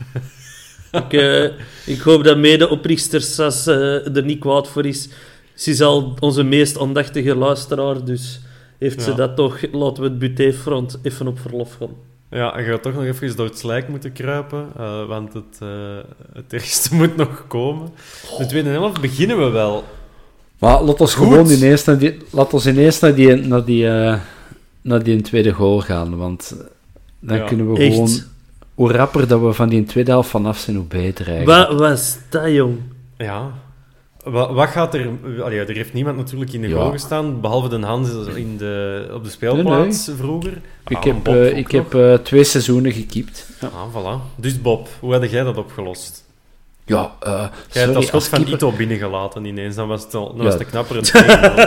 ik, uh, ik hoop dat mede-oprichters als, uh, er niet kwaad voor is. Ze is al onze meest aandachtige luisteraar, dus heeft ja. ze dat toch... Laten we het Buté-front even op verlof gaan. Ja, en je gaat toch nog even door het slijk moeten kruipen, uh, want het, uh, het eerste moet nog komen. De tweede helft beginnen we wel. Maar laat ons Goed. gewoon ineens naar die, laat ons ineens naar die, naar die, uh, naar die tweede goal gaan, want dan ja, kunnen we echt. gewoon... Hoe rapper dat we van die tweede helft vanaf zijn, hoe beter eigenlijk. Wat was dat, jong? Ja. Wat, wat gaat er... Allee, er heeft niemand natuurlijk in de ja. goal gestaan, behalve de Hans in de, op de speelplaats nee, nee. vroeger. Ik ah, heb, uh, ik heb uh, twee seizoenen gekiept. Ja. Ah, voilà. Dus Bob, hoe had jij dat opgelost? Ja, uh, Jij sorry, hebt als schot van keeper... Ito binnengelaten ineens, dan was het, al, dan ja. was de knapper een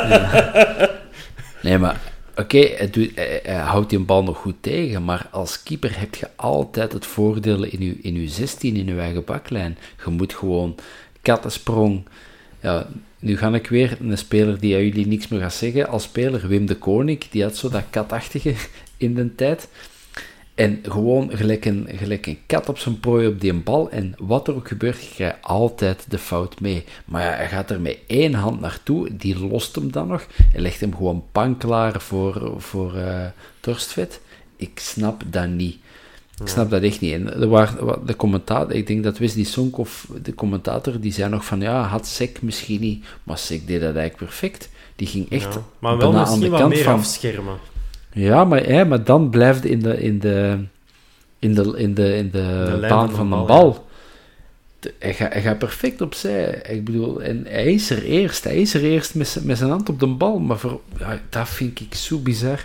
ja. Nee, maar... Oké, okay, hij, hij, hij houdt die bal nog goed tegen, maar als keeper heb je altijd het voordeel in je, in je zestien, in je eigen baklijn. Je moet gewoon kattensprong... Ja, nu ga ik weer een speler die aan jullie niks meer gaat zeggen. Als speler, Wim de Koning, die had zo dat katachtige in de tijd. En gewoon gelijk een, gelijk een kat op zijn prooi op die bal. En wat er ook gebeurt, je krijgt altijd de fout mee. Maar ja, hij gaat er met één hand naartoe, die lost hem dan nog. En legt hem gewoon panklaar voor, voor uh, Torstvedt. Ik snap dat niet. Ik snap dat echt niet. En er waren de commentator, ik denk dat Wesley Sonk of de commentator, die zei nog van, ja, had Sek misschien niet. Maar Sek deed dat eigenlijk perfect. Die ging echt ja, maar wel misschien aan de wat kant meer van... afschermen. Ja, maar, ja, maar dan blijft in de, in de, in de, in de, in de, de baan van de bal. bal. Ja. Hij, gaat, hij gaat perfect opzij. Ik bedoel, en hij is er eerst. Hij is er eerst met, met zijn hand op de bal. Maar voor, ja, dat vind ik zo bizar.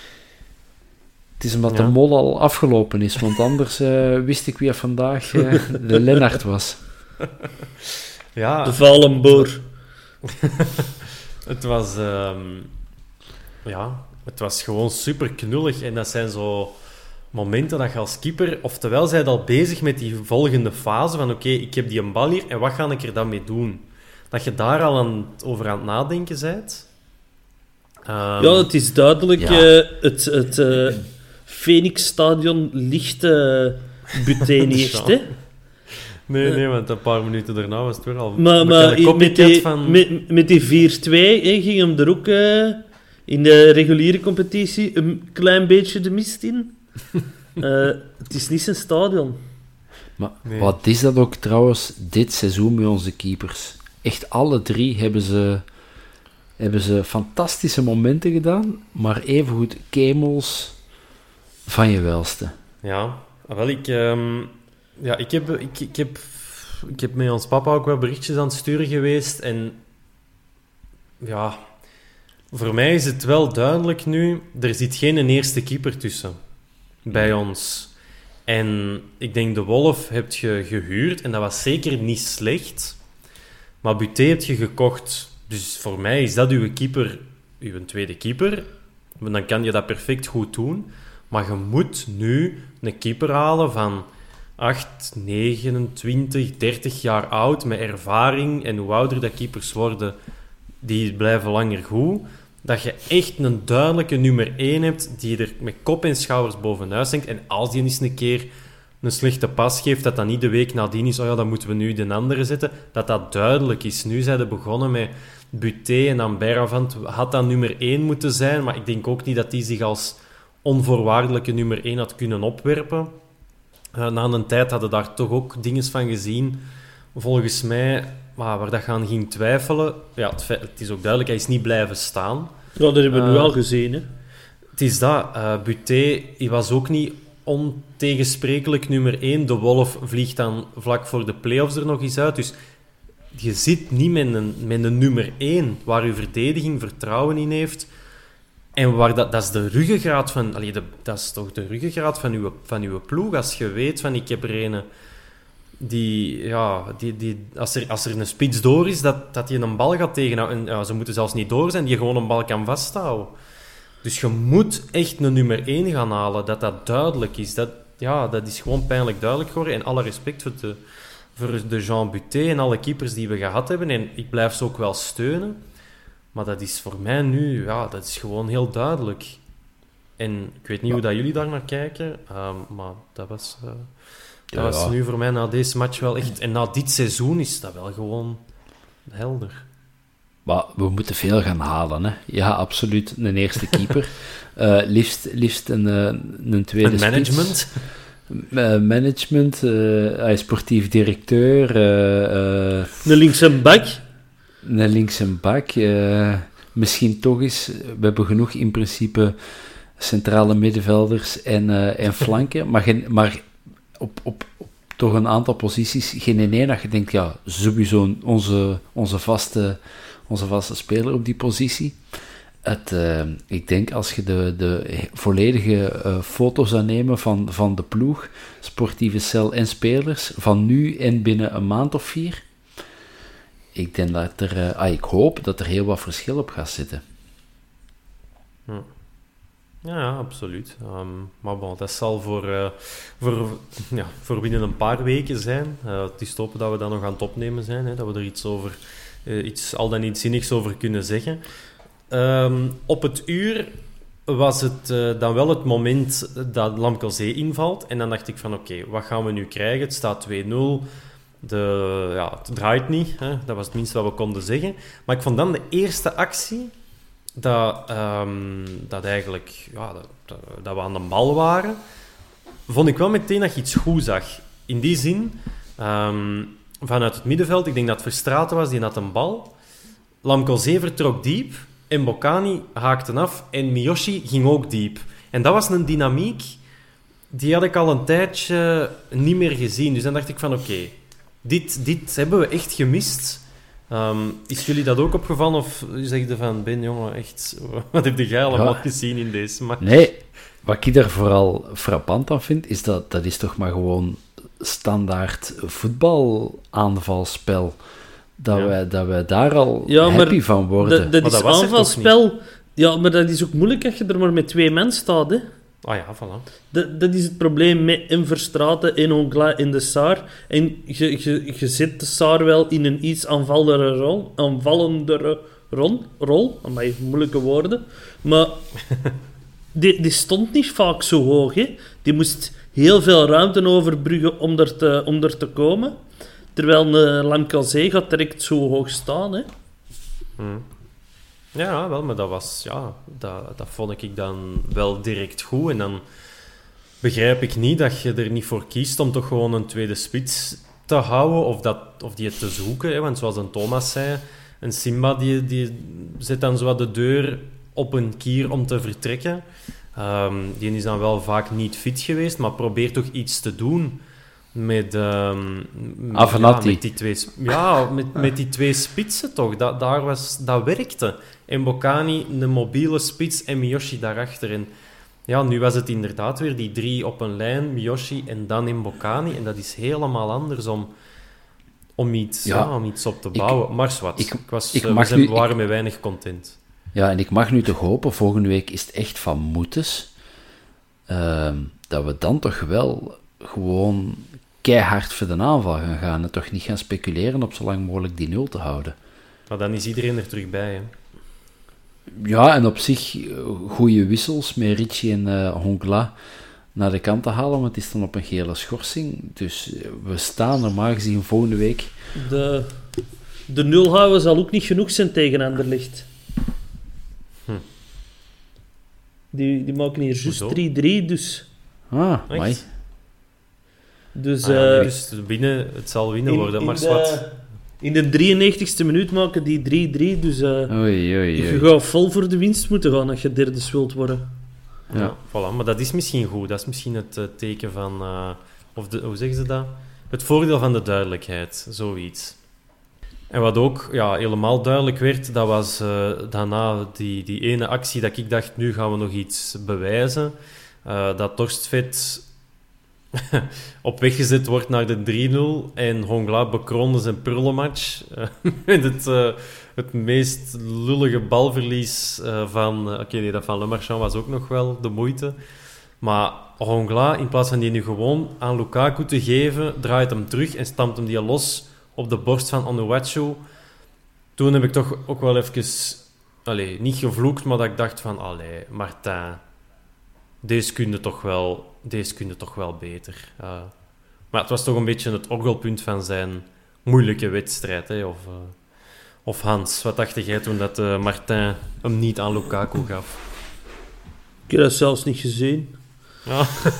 Het is omdat ja. de mol al afgelopen is, want anders uh, wist ik wie er vandaag uh, de Lennart was. Ja. De Valenboer. Het was... Um, ja, het was gewoon super knullig. En dat zijn zo momenten dat je als keeper... Oftewel, zij al bezig met die volgende fase van... Oké, okay, ik heb die een bal hier en wat ga ik er dan mee doen? Dat je daar al aan, over aan het nadenken bent. Um, ja, het is duidelijk... Ja. Uh, het... het uh, Phoenix-stadion ligt uh, Buté niet echt, hè? Nee, nee, want een paar minuten daarna was het weer al... Maar, maar met, die, van... met, met die vier twee hè, ging hem er ook uh, in de reguliere competitie een klein beetje de mist in. uh, het is niet zijn stadion. Maar nee. Wat is dat ook trouwens dit seizoen met onze keepers? Echt alle drie hebben ze, hebben ze fantastische momenten gedaan, maar evengoed kemels... Van je welste. Ja, wel, ik, um, ja, ik, heb, ik, ik, heb, ik heb met ons papa ook wel berichtjes aan het sturen geweest. En ja, voor mij is het wel duidelijk nu, er zit geen eerste keeper tussen bij ons. En ik denk, de Wolf heb je gehuurd en dat was zeker niet slecht. Maar Buté heb je gekocht. Dus voor mij is dat uw keeper, uw tweede keeper. Dan kan je dat perfect goed doen. Maar je moet nu een keeper halen van acht, negenentwintig, dertig jaar oud, met ervaring. En hoe ouder dat keepers worden, die blijven langer goed. Dat je echt een duidelijke nummer één hebt, die er met kop en schouders bovenuit zinkt. En als die eens een keer een slechte pas geeft, dat dat niet de week nadien is, oh ja, dan moeten we nu de andere zetten. Dat dat duidelijk is. Nu zijn ze begonnen met Buté en dan Berravant. Had dat nummer één moeten zijn, maar ik denk ook niet dat die zich als... onvoorwaardelijke nummer één had kunnen opwerpen. Uh, na een tijd hadden daar toch ook dingen van gezien. Volgens mij, maar waar dat gaan ging twijfelen... Ja, het, feit, het is ook duidelijk, hij is niet blijven staan. Ja, dat hebben we uh, nu al gezien, hè. Het is dat. Uh, Buté, hij was ook niet ontegensprekelijk nummer één. De Wolf vliegt dan vlak voor de play-offs er nog eens uit. Dus je zit niet met een, met een nummer één, waar je verdediging vertrouwen in heeft. En waar dat, dat is de ruggengraat van... Allee, de, dat is toch de ruggengraat van uw, van uw ploeg. Als je weet van, ik heb er een... Die, ja, die, die, als, er, als er een spits door is, dat, dat je een bal gaat tegenhouden. En, ja, ze moeten zelfs niet door zijn, die gewoon een bal kan vasthouden. Dus je moet echt een nummer één gaan halen, dat dat duidelijk is. Dat, ja, dat is gewoon pijnlijk duidelijk geworden. En alle respect voor de, voor de Jean Buté en alle keepers die we gehad hebben. En ik blijf ze ook wel steunen. Maar dat is voor mij nu, ja, dat is gewoon heel duidelijk. En ik weet niet hoe dat jullie daar naar kijken, um, maar dat was... Uh, Dat ja, was ja. nu voor mij na deze match wel echt... En na dit seizoen is dat wel gewoon helder. Maar we moeten veel gaan halen, hè. Ja, absoluut. Een eerste keeper. uh, liefst, liefst een, uh, een tweede Een management. spits. Uh, management. Uh, hij is sportief directeur. Uh, uh, Een linkse bak. Een linkse bak. Uh, misschien toch eens... We hebben genoeg in principe centrale middenvelders en, uh, en flanken. Maar... Geen, maar Op, op, op toch een aantal posities geen in één dat je denkt, ja, sowieso onze, onze, vaste, onze vaste speler op die positie. Het, uh, ik denk, als je de, de volledige uh, foto's zou nemen van, van de ploeg, sportieve cel en spelers, van nu en binnen een maand of vier, ik denk dat er, uh, ah, ik hoop dat er heel wat verschil op gaat zitten. Hm. Ja, ja, absoluut. Um, maar bon, dat zal voor, uh, voor, ja, voor binnen een paar weken zijn. Uh, het is te hopen dat we dat nog aan het opnemen zijn, hè, dat we er iets over, uh, iets al dan niet zinnigs over kunnen zeggen. Um, op het uur was het uh, dan wel het moment dat Lamkelzee invalt. En dan dacht ik van, oké, okay, wat gaan we nu krijgen? Het staat twee nul. De, ja, het draait niet. Hè? Dat was het minste wat we konden zeggen. Maar ik vond dan de eerste actie... Dat, um, dat eigenlijk ja, dat, dat, dat we aan de bal waren, vond ik wel meteen dat je iets goed zag. In die zin, um, vanuit het middenveld, ik denk dat Verstraeten was, die had een bal. Lamkelzee vertrok diep en Bocani haakte af en Miyoshi ging ook diep. En dat was een dynamiek, die had ik al een tijdje niet meer gezien. Dus dan dacht ik van oké, okay, dit, dit hebben we echt gemist... Um, is jullie dat ook opgevallen? Of zeg je van, Ben, jongen, echt... Wat heb jij allemaal ja. gezien in deze match? Nee, wat ik daar vooral frappant aan vind, is dat dat is toch maar gewoon standaard voetbalaanvalspel. Dat, ja. wij, dat wij daar al ja, happy van worden. Dat, dat maar is dat aanvalspel. Ja, maar dat is ook moeilijk als je er maar met twee mensen staat, hè. Ah ja, voilà. Dat, dat is het probleem met in Verstraeten, in Ongla, in de Saar. En je, je, je zet de Saar wel in een iets aanvallendere rol. Aanvallendere rol. rol amai, moeilijke woorden. Maar die, die stond niet vaak zo hoog. Hè. Die moest heel veel ruimte overbruggen om er te, om er te komen. Terwijl een Lamkelzee gaat direct zo hoog staan. Hè. Hmm. Ja, wel, maar dat was... Ja, dat, dat vond ik dan wel direct goed. En dan begrijp ik niet dat je er niet voor kiest om toch gewoon een tweede spits te houden of, dat, of die te zoeken. Hè? Want zoals een Thomas zei, een Simba die, die zet dan zo de deur op een kier om te vertrekken. Um, die is dan wel vaak niet fit geweest, maar probeert toch iets te doen met, um, ja, met die twee, ja, met, met die twee spitsen toch. Dat, daar was, dat werkte. En Bocani, een mobiele spits en Miyoshi daarachter. En ja, nu was het inderdaad weer die drie op een lijn, Miyoshi en dan in Bocani. En dat is helemaal anders om, om, iets, ja. Ja, om iets op te bouwen. Ik, maar zwart, ik, ik was, ik uh, we, zijn, nu, waren ik, met weinig content. Ja, en ik mag nu toch hopen, volgende week is het echt van moetes, uh, dat we dan toch wel gewoon keihard voor de aanval gaan gaan en toch niet gaan speculeren op zo lang mogelijk die nul te houden. Maar dan is iedereen er terug bij, hè? Ja, en op zich goede wissels met Ritchie en uh, Hongla naar de kant te halen, want het is dan op een gele schorsing. Dus we staan normaal gezien volgende week. De, de nul houden zal ook niet genoeg zijn tegen Anderlecht. Hm. Die, die maken hier juist drie drie, dus... Ah, mooi. Dus, ah, ja, uh, dus winnen, het zal winnen in, worden, maar wat. In de drieënnegentigste minuut maken die drie drie, dus uh, oei, oei, oei. je gaat vol voor de winst moeten gaan als je derde wilt worden. Ja, ja, voilà. Maar dat is misschien goed. Dat is misschien het uh, teken van... Uh, of de, hoe zeggen ze dat? Het voordeel van de duidelijkheid. Zoiets. En wat ook ja, helemaal duidelijk werd, dat was uh, daarna die, die ene actie dat ik dacht, nu gaan we nog iets bewijzen. Uh, dat Torstvedt op weg gezet wordt naar de drie nul en Hongla bekroonde zijn prullenmatch uh, met het, uh, het meest lullige balverlies uh, van... Uh, Oké, okay, nee, dat van Le Marchand was ook nog wel de moeite. Maar Hongla, in plaats van die nu gewoon aan Lukaku te geven, draait hem terug en stampt hem die los op de borst van Onuachu. Toen heb ik toch ook wel even... Allee, niet gevloekt, maar dat ik dacht van... Allee, Martin, deze kun je toch wel, deze kun je toch wel beter. Uh, maar het was toch een beetje het orgelpunt van zijn moeilijke wedstrijd. Hè? Of, uh, of Hans, wat dacht jij toen dat uh, Martin hem niet aan Lukaku gaf? Ik heb dat zelfs niet gezien. Ja.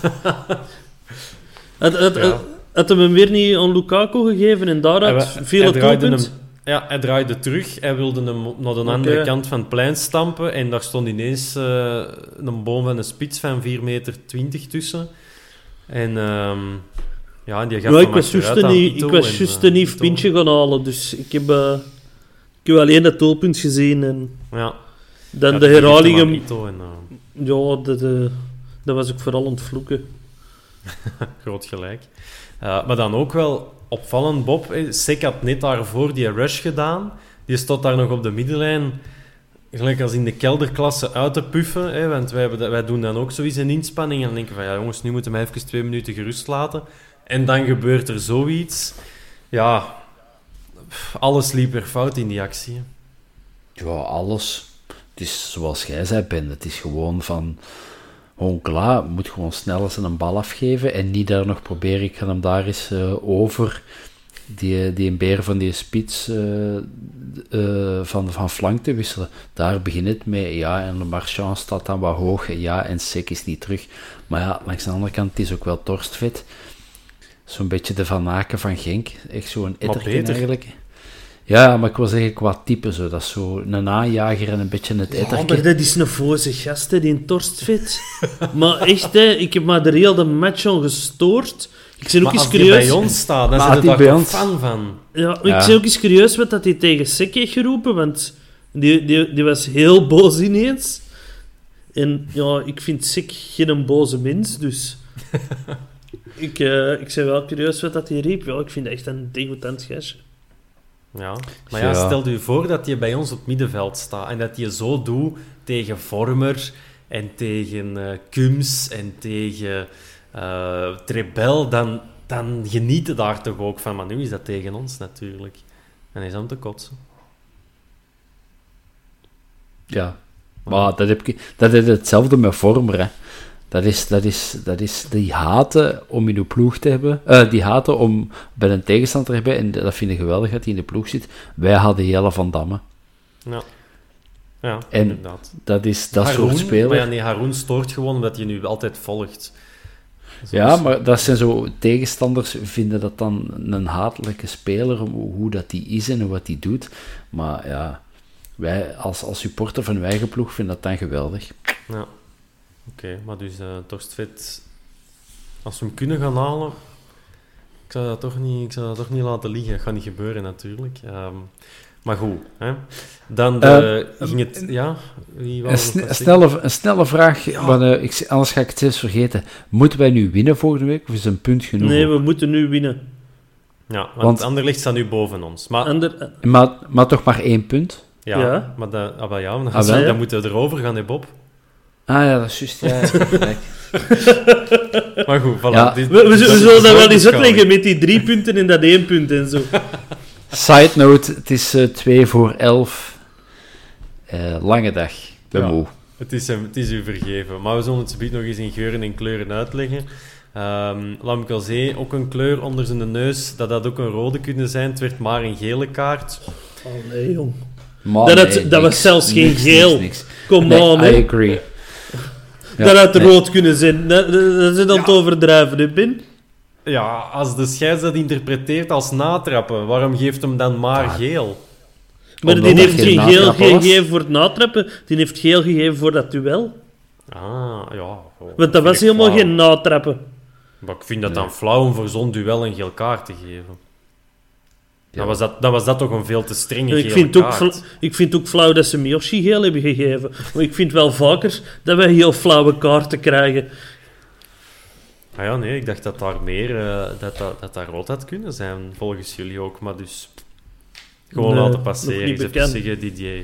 had, had, ja. had hem hem weer niet aan Lukaku gegeven en daaruit viel het doelpunt? Ja, hij draaide terug. Hij wilde hem naar de okay. andere kant van het plein stampen. En daar stond ineens uh, een boom van een spits van vier meter twintig tussen. En um, ja, die gaf ja, hem ik was juist een, ik was juist een Yves Pintje gaan halen. Dus ik heb, uh, ik heb alleen dat doelpunt gezien. En ja. Dan ja, de herhaling... En, uh... ja, dat, uh, dat was ik vooral aan het vloeken. Groot gelijk. Uh, maar dan ook wel... Opvallend, Bob. Sek had net daarvoor die rush gedaan. Die stond daar nog op de middenlijn, gelijk als in de kelderklasse, uit te puffen. Hè, want wij, hebben, wij doen dan ook zoiets een inspanning. En dan denken we van, ja jongens, nu moeten we even twee minuten gerust laten. En dan gebeurt er zoiets. Ja, alles liep er fout in die actie. Ja, alles. Het is zoals jij zei, Ben. Het is gewoon van... Hongla moet gewoon snel eens een bal afgeven en niet daar nog proberen, ik ga hem daar eens uh, over die, die een beer van die spits uh, uh, van, van flank te wisselen. Daar begint het mee, ja, en Le Marchand staat dan wat hoog, ja, en Sek is niet terug. Maar ja, langs de andere kant, het is ook wel Torstvedt. Zo'n beetje de Van Aken van Genk, echt zo'n etterken eigenlijk. Ja, maar ik wil zeggen, qua type zo. Dat is zo een aanjager en een beetje het etterken. Ja, maar dat is een voze gast, hè, die Torstvedt. Maar echt, hè, ik heb maar de hele match al gestoord. Ik ben ook eens curieus... als die bij ons staat, dan zijn we daar toch fan van. Ja, ik ja. ben ook eens curieus wat dat hij tegen Sek heeft geroepen, want die, die, die was heel boos ineens. En ja, ik vind Sek geen boze mens, dus... ik, uh, ik ben wel curieus wat dat hij riep. Ja, ik vind dat echt een degoutant gastje. Ja, maar ja, ja, stel je voor dat je bij ons op het middenveld staat en dat je zo doet tegen Vormer en tegen uh, Kums en tegen uh, Trebel, dan, dan geniet je daar toch ook van. Maar nu is dat tegen ons natuurlijk. En is om te kotsen. Ja, maar dat heb ik, dat is hetzelfde met Vormer, hè. Dat is, dat, is, dat is die haten om in de ploeg te hebben. Uh, die haten om bij een tegenstander te hebben. En dat vind ik geweldig dat hij in de ploeg zit. Wij hadden Jelle van Damme. Ja, ja en inderdaad. Dat is dat Haroun, soort speler. Maar ja, nee, Haroun stoort gewoon omdat je nu altijd volgt. Zoals... Ja, maar dat zijn zo... Tegenstanders vinden dat dan een hatelijke speler. Hoe dat die is en wat die doet. Maar ja, wij als, als supporter van wij eigen ploeg vinden dat dan geweldig. Ja. Oké, okay, maar dus uh, Torstvedt, als we hem kunnen gaan halen, ik zou dat toch niet, ik zou dat toch niet laten liggen. Dat gaat niet gebeuren natuurlijk. Um, maar goed, hè. Dan de, uh, ging het... Ja? Wie wou een, sn- een, snelle, een snelle vraag, ja. want, uh, ik, anders ga ik het steeds vergeten. Moeten wij nu winnen volgende week, of is een punt genoeg? Nee, we moeten nu winnen. Ja, want, want Anderlecht staat nu boven ons. Maar, Ander, uh, maar, maar toch maar één punt? Ja, ja. maar dat, ah, ja, dan, ah, dan moeten we erover gaan, hè, Bob. Ah ja, dat is juist, ja. ja. Maar goed, voilà. Ja. Dit, we, we, we zullen dat wel eens uitleggen met die drie punten en dat één punt en zo. Side note, het is uh, twee voor elf. Uh, lange dag. Ik ben ja, moe. Het is, het is u vergeven. Maar we zullen het subiet nog eens in geuren en kleuren uitleggen. Um, Lamkelzee, ook een kleur onder zijn neus. Dat had ook een rode kunnen zijn. Het werd maar een gele kaart. Oh nee, jong. Man, dat nee, het, dat niks, was zelfs niks, geen geel. Niks, niks. Kom nee, on, I agree. Ja, dat had nee. rood kunnen zijn. Dat, dat is dan ja. te overdrijven, hè, Ben? Ja, als de scheids dat interpreteert als natrappen, waarom geeft hem dan maar ja. geel? Maar die heeft geen geel gegeven voor het natrappen, die heeft geel gegeven voor dat duel. Ah, ja. Oh, Want dat was helemaal flauw. Geen natrappen. Maar ik vind dat nee. dan flauw om voor zo'n duel een geel kaart te geven. Ja. Dan, was dat, dan was dat toch een veel te strenge ik gele vind kaart. Ook, ik vind ook flauw dat ze Miyoshi geel hebben gegeven. Maar ik vind wel vaker dat wij heel flauwe kaarten krijgen. Ah ja, nee, ik dacht dat daar meer... Uh, dat, dat, dat daar rood had kunnen zijn, volgens jullie ook. Maar dus... Gewoon nee, laten passeren. Ik zou zeggen, Didier.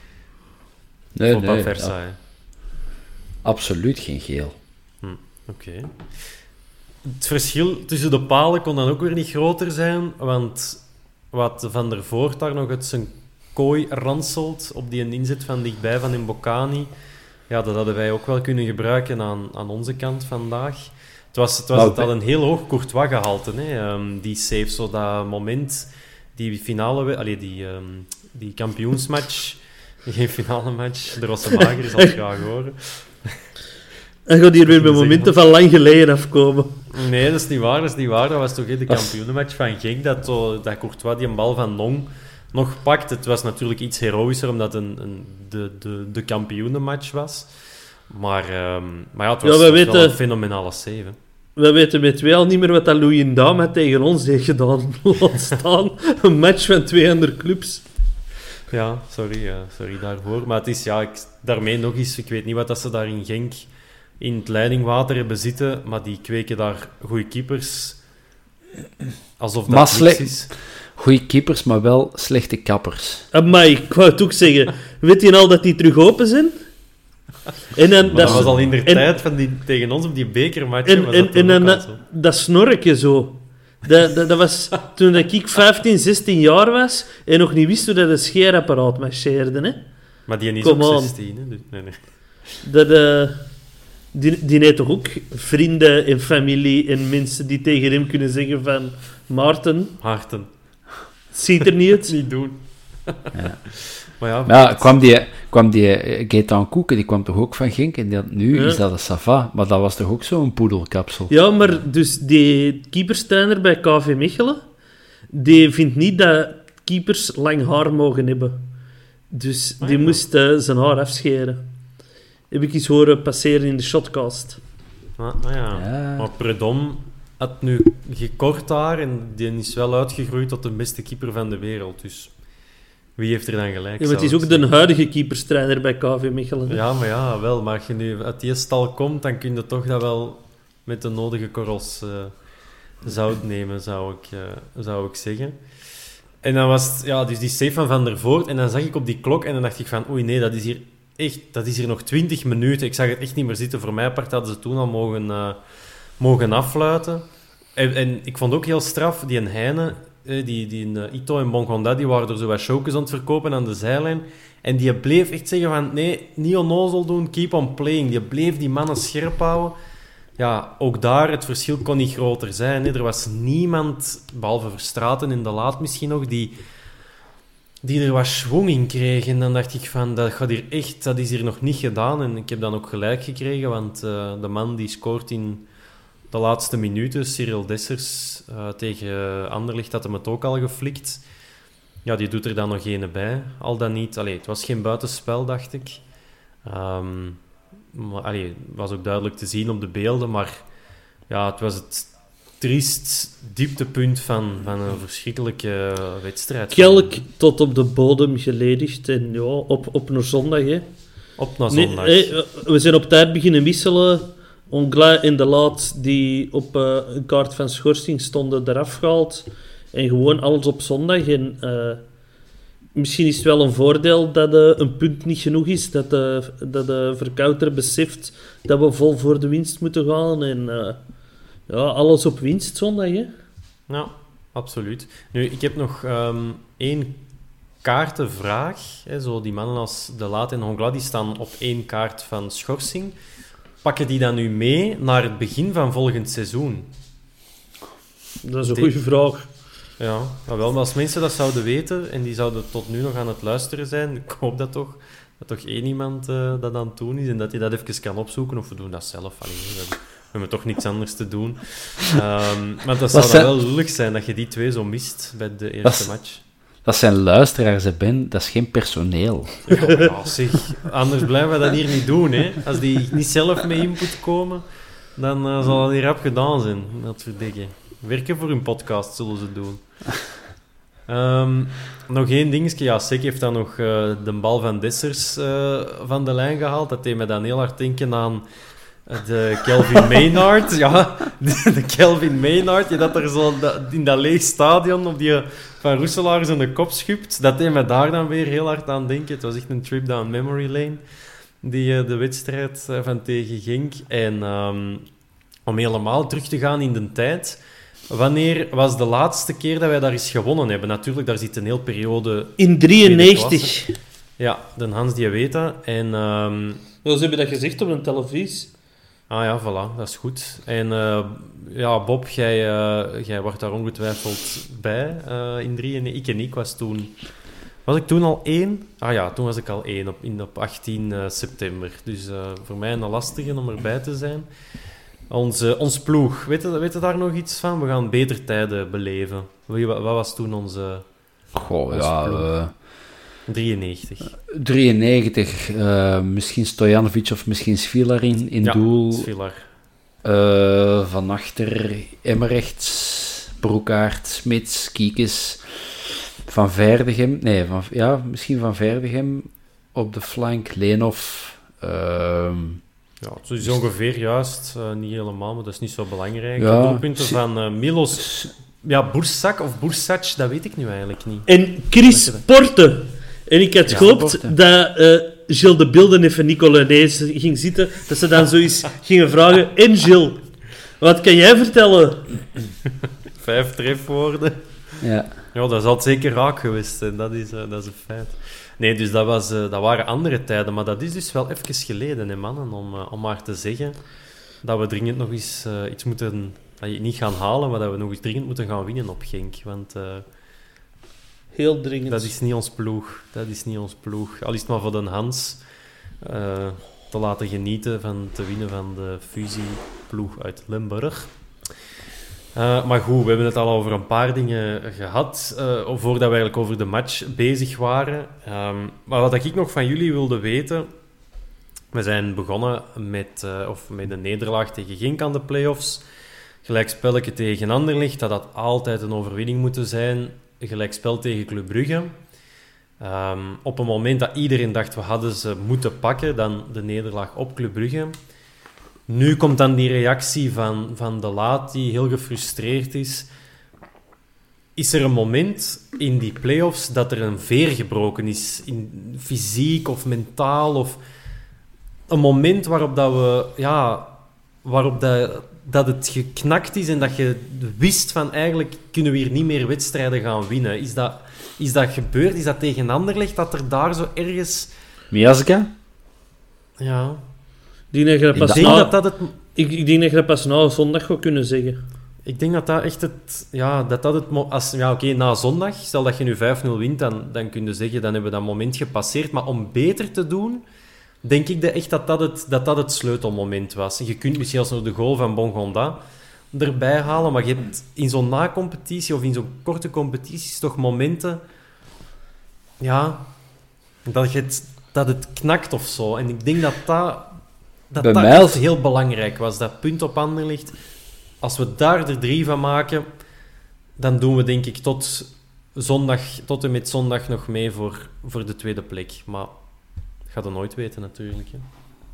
Nee, Of nee. Versa, Ja. Absoluut geen geel. Hm, Oké. Okay. Het verschil tussen de palen kon dan ook weer niet groter zijn, want wat Van der Voort daar nog uit zijn kooi ranselt op die inzet van dichtbij van Mbokani, ja, dat hadden wij ook wel kunnen gebruiken aan, aan onze kant vandaag. Het was, het, was, nou, het had een heel hoog Courtois gehalte, hè? Um, die save, zo dat moment, die finale, allee, die, um, die kampioensmatch, geen finale match, de Rossemager zal het graag horen. En gaat hier weer bij momenten van lang geleden afkomen. Nee, dat is niet waar, dat is niet waar. Dat was toch de kampioenenmatch van Genk, dat, dat Courtois die een bal van Nong nog pakt. Het was natuurlijk iets heroïscher, omdat het een, een, de, de, de kampioenenmatch was. Maar, um, maar ja, het was, ja, was weten, wel een fenomenale save. We weten met twee al niet meer wat dat Louis Ndama tegen ons heeft gedaan. Laat staan, een match van twee andere clubs. Ja, sorry, uh, sorry daarvoor. Maar het is, ja, ik, daarmee nog eens, ik weet niet wat dat ze daar in Genk in het leidingwater hebben zitten, maar die kweken daar goede keepers. Alsof dat maar niks is. Goeie keepers, maar wel slechte kappers. Amai, ik wou het ook zeggen. Weet je al dat die terug open zijn? En dan, dat, dat was al in de en, tijd van die, tegen ons op die bekermatch. En, was en, dat en dan dat, zo. dat snorretje zo. Dat, dat, dat was toen ik vijftien, zestien jaar was en nog niet wist hoe dat een scheerapparaat marcheerde. Hè? Maar die is Kom ook aan. zestien. Hè? Dus, nee, nee. Dat, uh, die, die heeft toch ook vrienden en familie en mensen die tegen hem kunnen zeggen van... Maarten, Harten. ziet er niet uit. Niet doen. Ja. Maar ja, ja kwam die, kwam die Gaetan Koeken, die kwam toch ook van Genk? En die, nu ja. is dat een Sava, maar dat was toch ook zo'n poedelkapsel? Ja, maar dus die keeperstrainer bij K V Mechelen, die vindt niet dat keepers lang haar mogen hebben. Dus ah, die ja. moest uh, zijn haar afscheren. Heb ik eens horen passeren in de shotcast. Ah, ah ja. Ja. Maar Predom had nu gekort haar en die is wel uitgegroeid tot de beste keeper van de wereld. Dus wie heeft er dan gelijk? Ja, maar het is ook de huidige keeperstrainer bij K V Mechelen. Ja, maar ja, wel. Maar als je nu uit die stal komt, dan kun je toch dat wel met de nodige korrels uh, zout nemen, zou ik, uh, zou ik zeggen. En dan was het, ja, dus die save van Van der Voort. En dan zag ik op die klok en dan dacht ik van, oei nee, dat is hier echt, dat is hier nog twintig minuten. Ik zag het echt niet meer zitten. Voor mij part hadden ze toen al mogen, uh, mogen affluiten. En, en ik vond ook heel straf, die een Heine, die, die uh, Ito en Bongonda, die waren er zo wat showkes aan het verkopen aan de zijlijn. En die bleef echt zeggen van, nee, niet onnozel doen, keep on playing. Die bleef die mannen scherp houden. Ja, ook daar, het verschil kon niet groter zijn. Hè. Er was niemand, behalve Verstraeten in de laat misschien nog, die, die er wat schwung in kreeg. En dan dacht ik van, dat gaat hier echt, dat is hier nog niet gedaan. En ik heb dan ook gelijk gekregen, want uh, de man die scoort in de laatste minuten, Cyril Dessers, uh, tegen Anderlecht had hem het ook al geflikt. Ja, die doet er dan nog ene bij. Al dan niet. Allee, het was geen buitenspel, dacht ik. Um, maar, allee, het was ook duidelijk te zien op de beelden, maar ja, het was het triest dieptepunt van, van een verschrikkelijke wedstrijd. Kelk tot op de bodem geledigd en ja, op, op een zondag. Hè. Op naar Nee, zondag. hey, we zijn op tijd beginnen wisselen. Ongla en de Laat, die op uh, een kaart van schorsing stonden, eraf gehaald. En gewoon alles op zondag. En uh, misschien is het wel een voordeel dat uh, een punt niet genoeg is. Dat de, dat de verkouter beseft dat we vol voor de winst moeten gaan. En uh, ja, alles op winst zondag, hè. Ja, absoluut. Nu, ik heb nog um, één kaartenvraag. Hè, zo die mannen als De Laat en Hongla, die staan op één kaart van schorsing. Pakken die dan nu mee naar het begin van volgend seizoen? Dat is een goede vraag. Ja, maar wel, maar als mensen dat zouden weten en die zouden tot nu nog aan het luisteren zijn, ik hoop dat toch, dat toch één iemand uh, dat aan het doen is en dat hij dat even kan opzoeken, of we doen dat zelf. Allee, we hebben toch niks anders te doen. Um, maar dat zou dan wel lullig zijn dat je die twee zo mist bij de eerste dat match. Dat zijn luisteraars, hè, Ben. Dat is geen personeel. Ja, ja, zeg, anders blijven we dat hier niet doen. Hè. Als die niet zelf met input komen, dan uh, zal dat hier rap gedaan zijn. Dat verdikken. Werken voor hun podcast zullen ze doen. Um, nog één dingetje. Ja, Sek heeft dan nog uh, de bal van Dessers uh, van de lijn gehaald. Dat deed me dan heel hard denken aan de Kelvin Maynard. Ja, de, de Kelvin Maynard. Je dat er zo dat, in dat leeg stadion op die Van Roeselaar in de kop schupt. Dat deed me daar dan weer heel hard aan denken. Het was echt een trip down memory lane. Die, uh, de wedstrijd uh, van tegen Genk. En um, om helemaal terug te gaan in de tijd... Wanneer was de laatste keer dat wij daar eens gewonnen hebben? Natuurlijk, daar zit een hele periode... In drieënnegentig. Ja, de Hans die weet dat. En... Um... Ze hebben dat gezegd op een televisie. Ah ja, voilà, dat is goed. En uh, ja, Bob, jij, uh, jij wordt daar ongetwijfeld bij uh, in drieënnegentig. Ik en ik was toen... Was ik toen al één? Ah ja, toen was ik al één, op, in, op achttien september. Dus uh, voor mij een lastige om erbij te zijn. Onze, ons ploeg, weet je, weet je daar nog iets van? We gaan beter tijden beleven. Wat, wat was toen onze, Goh, onze ja, ploeg? Uh, drieënnegentig. drieënnegentig, uh, misschien Stojanovic of misschien Svilarin in ja, doel. Svilar. Uh, van achter Emmerrechts, Broekaert, Smits, Kiekes, Van Veerdegem. Nee, van, ja, misschien Van Veerdegem op de flank, Leenhoff... Uh, Ja, het is ongeveer juist. Uh, niet helemaal, maar dat is niet zo belangrijk. Ja, De doelpunten van uh, Milos... Ja, Bursak of Bursac, dat weet ik nu eigenlijk niet. En Chris Porte. En ik had Ja, gehoopt Porte. dat uh, Gilles de Beelden even Nicolas Nees ging zitten, dat ze dan zoiets gingen vragen. En Gilles, wat kan jij vertellen? Vijf trefwoorden. ja. Ja, dat zal het zeker raak geweest zijn. Dat is, uh, dat is een feit. Nee, dus dat, was, uh, dat waren andere tijden. Maar dat is dus wel even geleden, hè, mannen. Om, uh, om maar te zeggen dat we dringend nog eens uh, iets moeten... Dat je niet gaan halen, maar dat we nog eens dringend moeten gaan winnen op Genk. Want uh, Heel dringend. dat is niet ons ploeg. Dat is niet ons ploeg. Al is het maar voor de Hans uh, te laten genieten van te winnen van de fusieploeg uit Limburg. Uh, maar goed, we hebben het al over een paar dingen gehad, uh, voordat we eigenlijk over de match bezig waren. Um, maar wat ik nog van jullie wilde weten... We zijn begonnen met, uh, of met een nederlaag tegen Genk aan de play-offs. Gelijkspelletje tegen Anderlecht, dat had altijd een overwinning moeten zijn. Gelijkspel tegen Club Brugge. Um, op een moment dat iedereen dacht, we hadden ze moeten pakken, dan de nederlaag op Club Brugge. Nu komt dan die reactie van, van De Laat, die heel gefrustreerd is. Is er een moment in die play-offs dat er een veer gebroken is? In fysiek of mentaal? Of een moment waarop dat we... Ja, waarop dat, dat het geknakt is en dat je wist van eigenlijk kunnen we hier niet meer wedstrijden gaan winnen. Is dat, is dat gebeurd? Is dat tegen Anderlecht dat er daar zo ergens... Miazga? Ja... Ik denk dat je dat pas Ik denk na, dat dat het... ik, ik denk dat je dat pas na zondag gaat kunnen zeggen. Ik denk dat dat echt het... Ja, dat dat het... mo- Als, ja, oké, na zondag, stel dat je nu vijf nul wint, dan, dan kun je zeggen, dan hebben we dat moment gepasseerd. Maar om beter te doen, denk ik dat echt dat dat het, dat dat het sleutelmoment was. Je kunt misschien als nog de goal van Bongonda erbij halen, maar je hebt in zo'n na-competitie of in zo'n korte competities toch momenten... Ja, dat, je het, dat het knakt of zo. En ik denk dat dat... Dat Bij dat mij echt als- heel belangrijk was, dat punt op Anderlecht. Als we daar er drie van maken, dan doen we denk ik tot, zondag, tot en met zondag nog mee voor, voor de tweede plek. Maar dat gaat het nooit weten natuurlijk. Hè.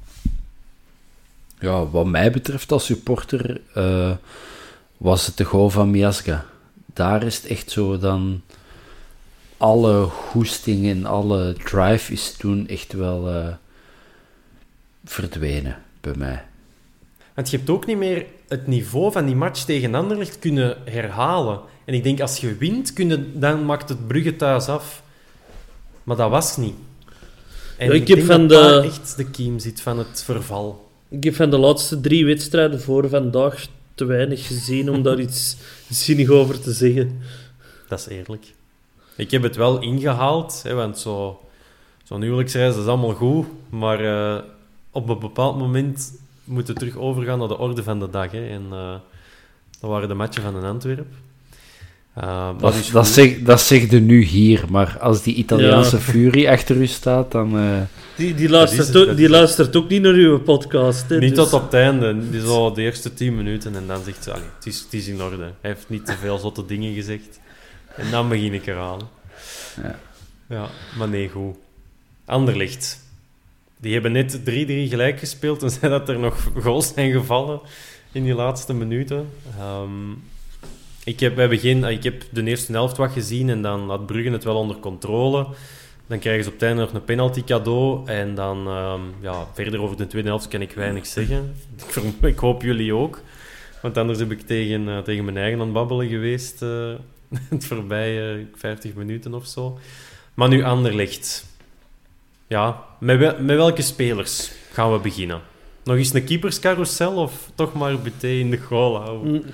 Ja, wat mij betreft als supporter uh, was het de goal van Miazga. Daar is het echt zo dan... Alle goesting en alle drive is toen echt wel uh, verdwenen bij mij. Want je hebt ook niet meer het niveau van die match tegen Anderlecht kunnen herhalen. En ik denk, als je wint, kun je, dan maakt het Brugge thuis af. Maar dat was niet. En Ja, ik ik, heb denk van dat de- daar echt de kiem zit van het verval. Ik heb van de laatste drie wedstrijden voor vandaag te weinig gezien om daar iets zinnig over te zeggen. Dat is eerlijk. Ik heb het wel ingehaald, hè, want zo, zo'n huwelijksreis dat is allemaal goed, maar uh, op een bepaald moment moeten we terug overgaan naar de orde van de dag. Hè, en uh, dat waren de matchen van een Antwerp. Uh, dat, Dat, is dat, goed. zeg, dat zeg je nu hier, maar als die Italiaanse Ja. furie achter u staat, dan... Uh, Die, die, luistert, het, ook, dat die is het. luistert ook niet naar uw podcast. Hè, Niet dus- tot op het einde, die zo de eerste tien minuten en dan zegt ze, allee, het, is, het is in orde. Hij heeft niet te veel zotte dingen gezegd. En dan begin ik eraan. Ja. Ja, maar nee, goed. Anderlecht. Die hebben net drie drie gelijk gespeeld en zijn dat er nog goals zijn gevallen in die laatste minuten. Um, ik, heb, we hebben geen, ik heb de eerste helft wat gezien en dan had Brugge het wel onder controle. Dan krijgen ze op het einde nog een penalty cadeau. En dan, um, ja, verder over de tweede helft kan ik weinig zeggen. Ik, vermo- ik hoop jullie ook. Want anders heb ik tegen, uh, tegen mijn eigen aan het babbelen geweest. Uh, het voorbije uh, vijftig minuten of zo. Maar nu Anderlecht. Ja, met, wel, met welke spelers gaan we beginnen? Nog eens een keeperscarousel of toch maar Buté in de goal houden?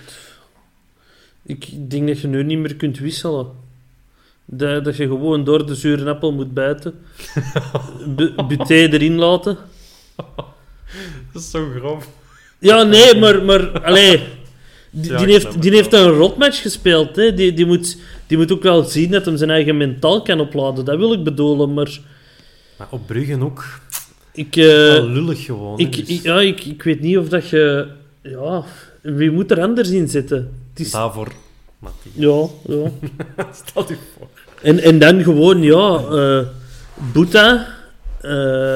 Ik denk dat je nu niet meer kunt wisselen. Dat, dat je gewoon door de zure appel moet bijten. B- Buté erin laten. Dat is zo grof. Ja, nee, maar... maar allee, die, Ja, die, ik snap heeft, het die wel. heeft een rotmatch gespeeld. Hè. Die, die, moet, die moet ook wel zien dat hij zijn eigen mentaal kan opladen. Dat wil ik bedoelen, maar... Maar op Brugge ook. Ik, uh, Wel lullig gewoon. hè, ik, dus ik, ja, ik, ik weet niet of dat je... Ja, wie moet er anders in zitten? Het is, Daarvoor, Matthias. ja, ja. Stel je voor. En, en dan gewoon, ja... Uh, Bouta... Uh,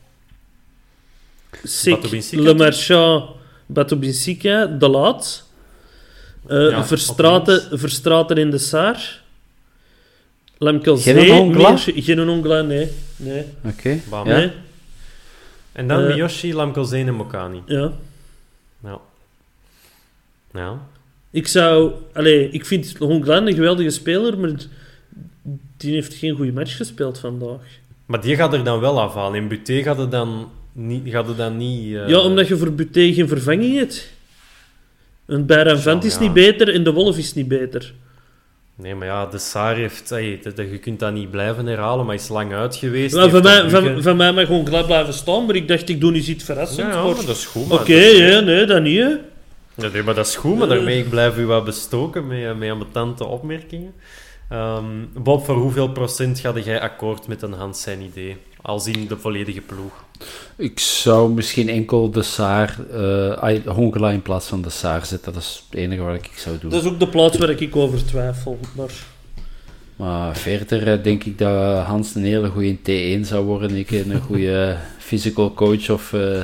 Sik, Batobinsika, Le Marchand, Batobinsika, De Laat... Uh, Ja, Verstraten, opnieuw. Verstraten in de Saar... Lemkel Geen Zee... Ongla? Meers- Geen Ongla, nee. nee. Oké. Bam. Ja. nee. En dan Eh, Miyoshi, Lamkelzeen en Mokani. Ja. Ja. Ja. Ik zou... Allee, ik vind Honglan een geweldige speler, maar die heeft geen goede match gespeeld vandaag. Maar die gaat er dan wel afhalen. In Buté gaat het dan niet... Gaat het dan niet uh... Ja, omdat je voor Buté geen vervanging hebt. Een Bayram Vent is ja. niet beter en de Wolf is niet beter. Nee, maar ja, de Saar heeft... Hey, dat- dat- je kunt dat niet blijven herhalen, maar hij is lang uit geweest. Maar Hij van, heeft mij, op van, Brugge- van mij mag Honglan blijven staan, maar ik dacht, ik doe nu iets verrassends. Ja, ja, maar- maar dat is goed. maar Oké, dat- ja, nee, dat niet, hè. Ja, nee, maar dat is goed, maar daarmee ik blijf u wat bestoken met, met ambetante opmerkingen. Ehm, Bob, voor hoeveel procent ga jij akkoord met een Hans zijn idee? Als in de volledige ploeg. Ik zou misschien enkel de Saar, uh, Hongela in plaats van de Saar zetten. Dat is het enige wat ik zou doen. Dat is ook de plaats waar ik over twijfel. Maar... Maar verder uh, denk ik dat Hans een hele goede T één zou worden. Ik een goede physical coach of... Uh...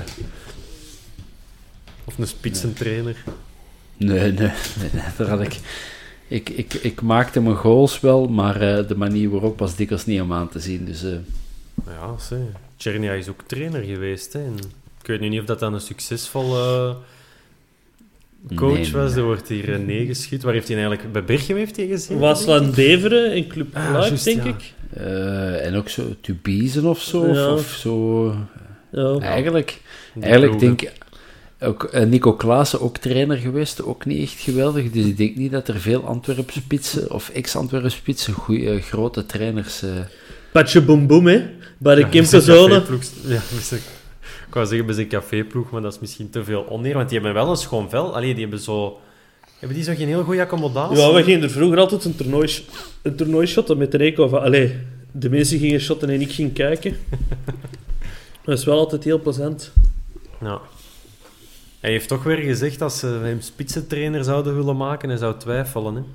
Of een spitsentrainer. Nee, nee, nee, nee, daar had ik... Ik, ik, ik maakte mijn goals wel, maar uh, de manier waarop was dikwijls niet om aan te zien. Dus, uh... Ja, zie. Tjernia is ook trainer geweest. Hè. En ik weet nu niet of dat dan een succesvolle coach Nee, was. nee. Er wordt hier een nee geschud. Waar heeft hij eigenlijk... Bij Berchem heeft hij gezien? Waasland Beveren en Club Ah, Luik, juist, denk ja. ik. Uh, en ook zo Tubizen of zo. Ja. Of, of zo. Ja. Eigenlijk, Die eigenlijk ploegen. denk ik... Ook, uh, Nico Klaassen, ook trainer geweest, ook niet echt geweldig. Dus ik denk niet dat er veel Antwerp-spitsen of ex-Antwerp-spitsen goeie, uh, grote trainers... Uh... Patje boem boem, hè. Bij de Ja, bij zijn Kempenzone. caféploeg- Ja, bij zijn- ik wou zeggen bij zijn caféploeg, maar dat is misschien te veel oneer. Want die hebben wel een schoon vel. Allee, die hebben zo... Hebben die zo geen heel goede accommodatie? Ja, we gingen er vroeger altijd een toernooi, een toernooi shotten met de Reco. Van, allee, de mensen gingen shotten en ik ging kijken. Dat is wel altijd heel plezant. Ja. Hij heeft toch weer gezegd dat ze hem spitsentrainer zouden willen maken en zou twijfelen. Hè?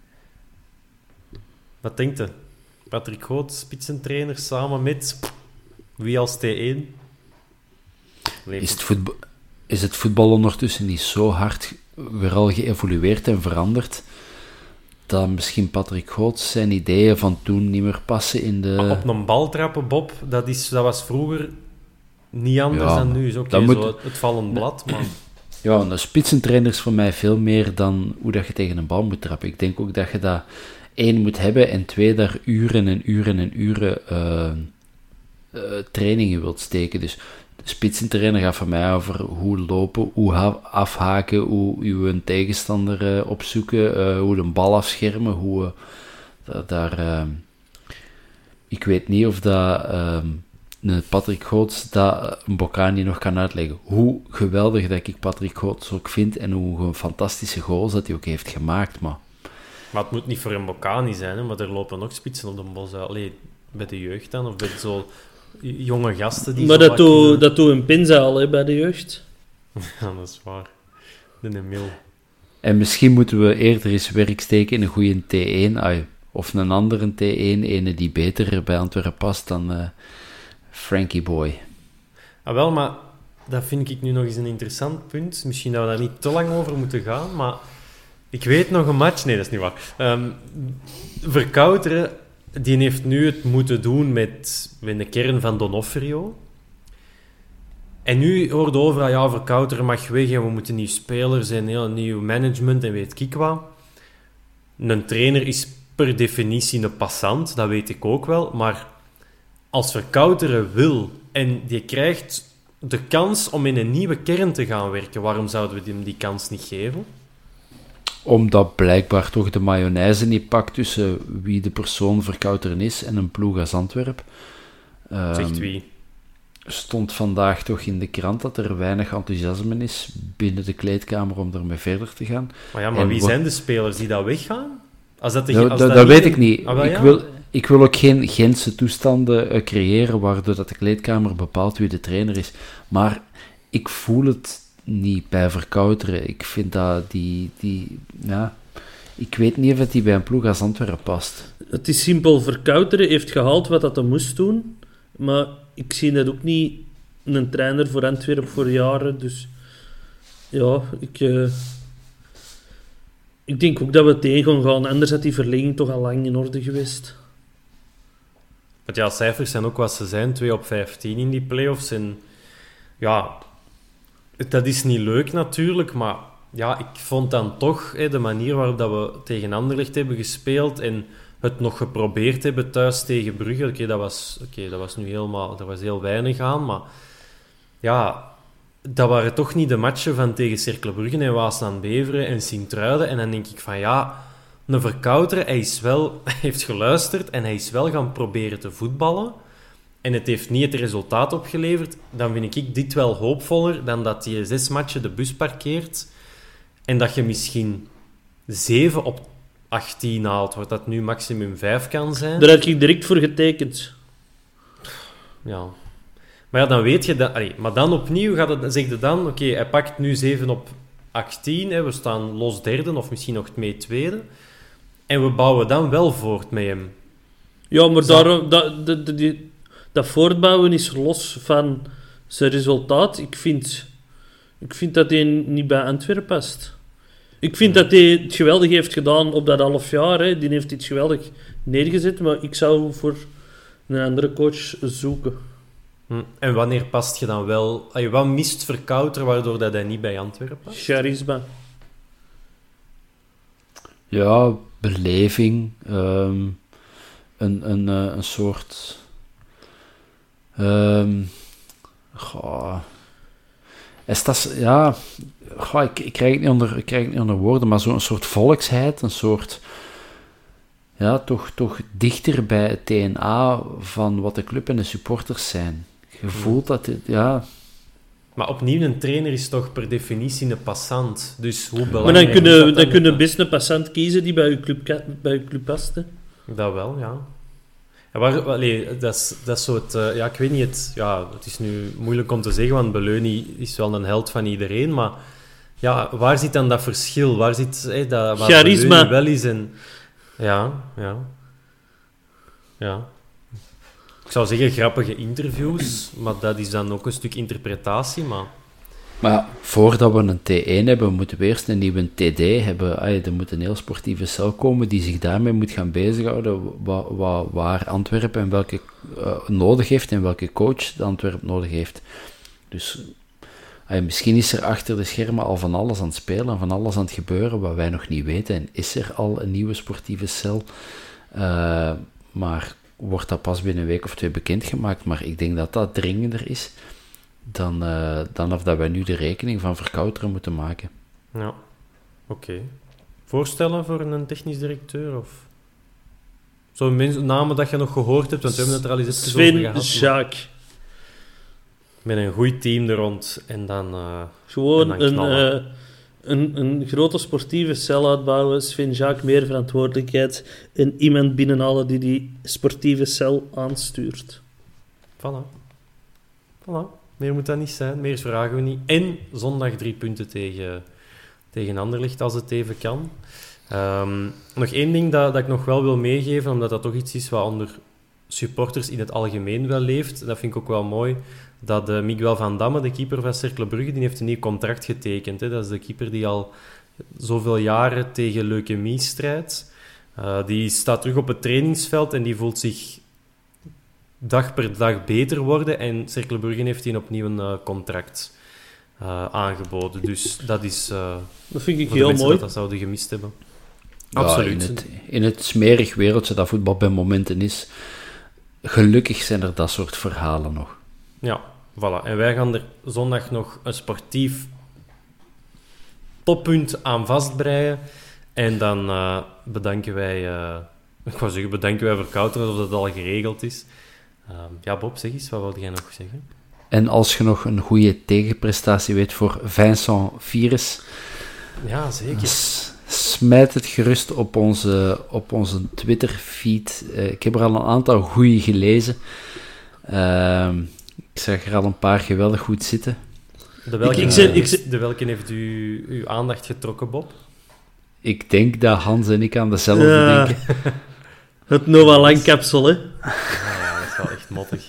Wat denkt u? Patrick Goot, spitsentrainer, samen met wie als T één? Is het, voetbal, is het voetbal ondertussen niet zo hard weer al geëvolueerd en veranderd dat misschien Patrick Goots zijn ideeën van toen niet meer passen in de... Maar op een bal trappen, Bob, dat, is, dat was vroeger niet anders Ja, dan nu. Is oké, dat zo moet- het, het vallend blad, maar... Ja, een spitsentrainer is voor mij veel meer dan hoe dat je tegen een bal moet trappen. Ik denk ook dat je dat één moet hebben en twee daar uren en uren en uren uh, uh, trainingen wilt steken. Dus de spitsentrainer gaat voor mij over hoe lopen, hoe ha- afhaken, hoe je een tegenstander uh, opzoeken, uh, hoe de bal afschermen, hoe uh, da- daar... Uh, ik weet niet of dat... Uh, een Patrick Goots dat een Bocani nog kan uitleggen. Hoe geweldig dat ik Patrick Goots ook vind en hoe fantastische goals dat hij ook heeft gemaakt. Maar, Maar het moet niet voor een Bocani zijn, hè, maar er lopen nog spitsen op de bos. Allee, bij de jeugd dan, of bij zo jonge gasten die... Maar zo dat wat doe, kunnen- dat doe een Pinza al, hè, bij de jeugd. Ja, dat is waar. De Emil. en misschien moeten we eerder eens werk steken in een goede T één. Ai, Of een andere T één, ene die beter bij Antwerpen past dan uh, Frankie Boy. Ah, wel, maar dat vind ik nu nog eens een interessant punt. Misschien dat we daar niet te lang over moeten gaan, maar ik weet nog een match... Nee, dat is niet waar. Um, Verkouteren, die heeft nu het moeten doen met, met de kern van D'Onofrio. En nu hoorde overal, ja, Verkouteren mag weg en we moeten nieuwe spelers en heel nieuw management en weet ik wat. Een trainer is per definitie een passant, dat weet ik ook wel. Maar als Verkouteren wil en die krijgt de kans om in een nieuwe kern te gaan werken, waarom zouden we hem die kans niet geven? Omdat blijkbaar toch de mayonaise niet pakt tussen wie de persoon Verkouteren is en een ploeg als Antwerp. Um, Zegt wie? Stond vandaag toch in de krant dat er weinig enthousiasme is binnen de kleedkamer om ermee verder te gaan. Maar ja, maar en wie wo- zijn de spelers die dat weggaan? Als dat, de, dat als dat, dat, dat niet weet in- ik niet. Ah, wel, ik, ja. wil, ik wil ook geen Gentse toestanden uh, creëren waardoor dat de kleedkamer bepaalt wie de trainer is. Maar ik voel het niet bij Verkouteren. Ik vind dat die... die ja, ik weet niet of het die bij een ploeg als Antwerpen past. Het is simpel, Verkouteren heeft gehaald wat dat hij moest doen, maar ik zie dat ook niet een trainer voor Antwerpen voor jaren, dus ja, ik, uh, ik denk ook dat we tegen gaan gaan, anders had die verlenging toch al lang in orde geweest. Want ja, cijfers zijn ook wat ze zijn, twee op vijftien in die play-offs. En ja, dat is niet leuk natuurlijk, maar ja, ik vond dan toch hè, de manier waarop dat we tegen Anderlecht hebben gespeeld en het nog geprobeerd hebben thuis tegen Brugge. Oké, okay, dat was, okay, dat was nu helemaal, er was heel weinig aan, maar ja, dat waren toch niet de matchen van tegen Cercle Brugge en Waasland-Beveren en Sint-Truiden. En dan denk ik van ja, een Verkouteren, hij is wel, hij heeft geluisterd en hij is wel gaan proberen te voetballen. En het heeft niet het resultaat opgeleverd. Dan vind ik dit wel hoopvoller dan dat je zes matchen de bus parkeert en dat je misschien zeven op achttien haalt, wat dat nu maximum vijf kan zijn. Daar had ik direct voor getekend. Ja. Maar ja, dan weet je dat... Allee, maar dan opnieuw gaat het, dan zeg je dan... Oké, okay, hij pakt nu zeven op achttien. Hè, we staan los derde of misschien nog mee tweede. En we bouwen dan wel voort met hem. Ja, maar Zo. daarom, dat, dat, dat, die- dat voortbouwen is los van zijn resultaat. Ik vind, ik vind dat hij niet bij Antwerpen past. Ik vind dat hij het geweldig heeft gedaan op dat half jaar. Hè. Die heeft iets geweldig neergezet, maar ik zou voor een andere coach zoeken. Hm. En wanneer past je dan wel... Allee, wat mist Verkouteren waardoor dat hij niet bij Antwerpen past? Charisma. Ja, beleving. ehm, een, een, eh, een soort... ehm goh, is dat, ja, goh, ik, ik, krijg het niet onder, ik krijg het niet onder woorden, maar zo'n soort volksheid, een soort... Ja, toch, toch dichter bij het D N A van wat de club en de supporters zijn. Je voelt dat het, ja... Maar opnieuw, een trainer is toch per definitie een passant. Dus hoe belangrijk Maar dan is kunnen dat dan kunnen met- best een passant kiezen die bij uw club, ka- bij uw club past. Hè. Dat wel, ja. Ja, waar, allee, dat, is, dat is zo het... eh, ja, ik weet niet, het, ja, het is nu moeilijk om te zeggen, want Beleuni is wel een held van iedereen, maar ja, waar zit dan dat verschil? Waar zit hey, dat waar Charisma. Beleuni wel is en... Ja, ja. Ja. Ik zou zeggen grappige interviews, maar dat is dan ook een stuk interpretatie, maar... Maar ja, voordat we een T één hebben, moeten we eerst een nieuwe T D hebben. Ay, er moet een heel sportieve cel komen die zich daarmee moet gaan bezighouden, wa, wa, waar Antwerpen en welke uh, nodig heeft en welke coach de Antwerpen nodig heeft. Dus ay, misschien is er achter de schermen al van alles aan het spelen, van alles aan het gebeuren wat wij nog niet weten. En is er al een nieuwe sportieve cel, uh, maar wordt dat pas binnen een week of twee bekendgemaakt. Maar ik denk dat dat dringender is dan, uh, dan of dat wij nu de rekening van Verkouteren moeten maken. Ja, oké. Okay. Voorstellen voor een technisch directeur? Of zo'n mensen, namen dat je nog gehoord hebt, want we hebben het er al eens even over Sven gehad. Schaak. Met een goed team er rond en dan... Uh, Gewoon en dan een, knallen. uh, een, een grote sportieve cel uitbouwen. Sven Schaak meer verantwoordelijkheid. En iemand binnenhalen die die sportieve cel aanstuurt. Voilà. Voilà. Meer moet dat niet zijn. Meer vragen we niet. En zondag drie punten tegen, tegen Anderlecht, als het even kan. Um, nog één ding dat, dat ik nog wel wil meegeven, omdat dat toch iets is wat onder supporters in het algemeen wel leeft. Dat vind ik ook wel mooi. Dat uh, Miguel van Damme, de keeper van Cercle Brugge, die heeft een nieuw contract getekend. Hè. Dat is de keeper die al zoveel jaren tegen leukemie strijdt. Uh, die staat terug op het trainingsveld en die voelt zich dag per dag beter worden. En Cercle Brugge heeft hij opnieuw een uh, contract uh, aangeboden. Dus dat is... Uh, dat vind ik voor heel de mensen mooi. Dat, dat zouden gemist hebben. Ja, Absoluut. In het, in het smerig wereldje dat voetbal bij momenten is, gelukkig zijn er dat soort verhalen nog. Ja, voilà. En wij gaan er zondag nog een sportief toppunt aan vastbreien. En dan uh, bedanken wij... Uh, ik wou zeggen, bedanken wij voor Kouteren, alsof dat al geregeld is. Uh, ja, Bob, zeg eens, wat wilde jij nog zeggen? En als je nog een goede tegenprestatie weet voor Vincent Virus... Ja, zeker. S- smijt het gerust op onze, op onze Twitter-feed. Uh, ik heb er al een aantal goeie gelezen. Uh, ik zag er al een paar geweldig goed zitten. De welke, ik, ik zeg, ik zeg... de welke heeft u, uw aandacht getrokken, Bob? Ik denk dat Hans en ik aan dezelfde ja. denken. Het Noah Lang kapsel, hè? Ja, ja, dat is wel echt mottig.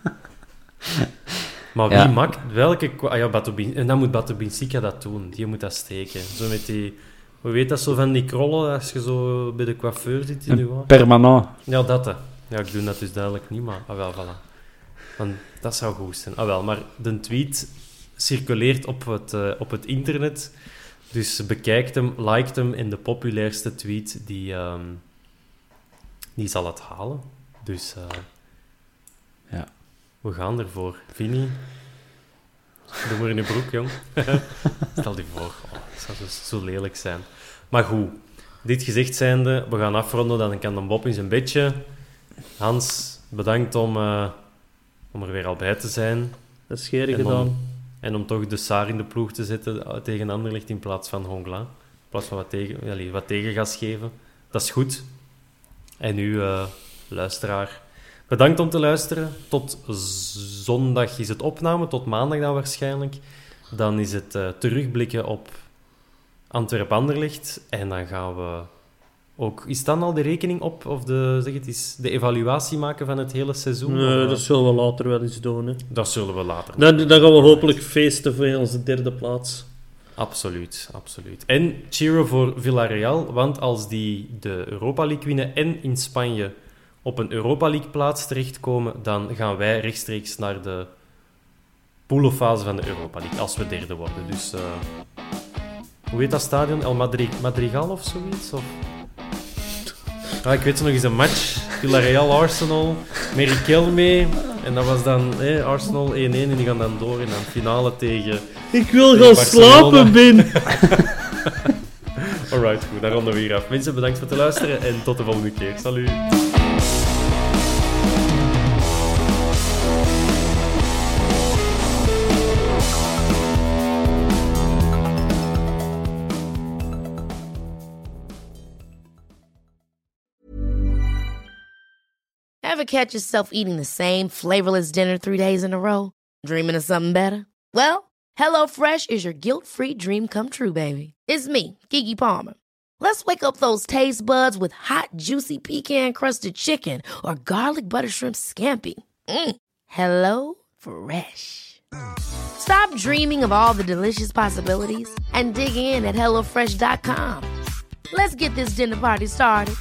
Maar wie Ja. maakt welke... Ah ja, Batubin, en dan moet Batubinsika dat doen. Die moet dat steken. Zo met die... Hoe weet dat zo van die krollen, als je zo bij de coiffeur zit in je haar? Permanent. Ja, dat. Hè. Ja, ik doe dat dus duidelijk niet, maar... Ah wel, voilà. Want dat zou goed zijn. Ah wel, maar de tweet circuleert op het, uh, op het internet. Dus bekijkt hem, liked hem en de populairste tweet, die, um, die zal het halen. Dus... Uh, ja. We gaan ervoor. Vinnie, doe maar in je broek, jong. Stel je voor. Oh, dat zou zo, zo lelijk zijn. Maar goed, dit gezegd zijnde, we gaan afronden. Dan kan de Bob in zijn bedje. Hans, bedankt om, uh, om er weer al bij te zijn. Dat is scherig en gedaan. Om, en om toch de Saar in de ploeg te zetten tegen Anderlecht in plaats van Hongla. In plaats van wat, tegen, allez, wat tegengas geven. Dat is goed. En u, uh, luisteraar... Bedankt om te luisteren. Tot zondag is het opname, tot maandag dan waarschijnlijk. Dan is het uh, terugblikken op Antwerp-Anderlecht. En dan gaan we ook... Is dan al de rekening op, of de, zeg het is, de evaluatie maken van het hele seizoen? Nee, of, dat zullen we later wel eens doen. Hè. Dat zullen we later Dan, dan gaan we hopelijk feesten voor onze derde plaats. Absoluut, absoluut. En cheeren voor Villarreal, want als die de Europa League winnen en in Spanje... op een Europa League plaats terechtkomen, dan gaan wij rechtstreeks naar de poolfase van de Europa League, als we derde worden. Dus, uh, hoe heet dat stadion? El Madri- Madrigal of zoiets? Of... Ah, ik weet nog eens een match, Villarreal-Arsenal, Mary Kelme, en dat was dan eh, Arsenal één-één, en die gaan dan door in een finale tegen... Ik wil tegen gaan Barcelona. slapen, Ben! Alright, goed, daar ronden we hier af. Mensen, bedankt voor het luisteren, en tot de volgende keer. Salut! Ever catch yourself eating the same flavorless dinner three days in a row? Dreaming of something better? Well, HelloFresh is your guilt-free dream come true, baby. It's me, Keke Palmer. Let's wake up those taste buds with hot, juicy pecan-crusted chicken or garlic butter shrimp scampi. Mm. Hello Fresh. Stop dreaming of all the delicious possibilities and dig in at hello fresh dot com. Let's get this dinner party started.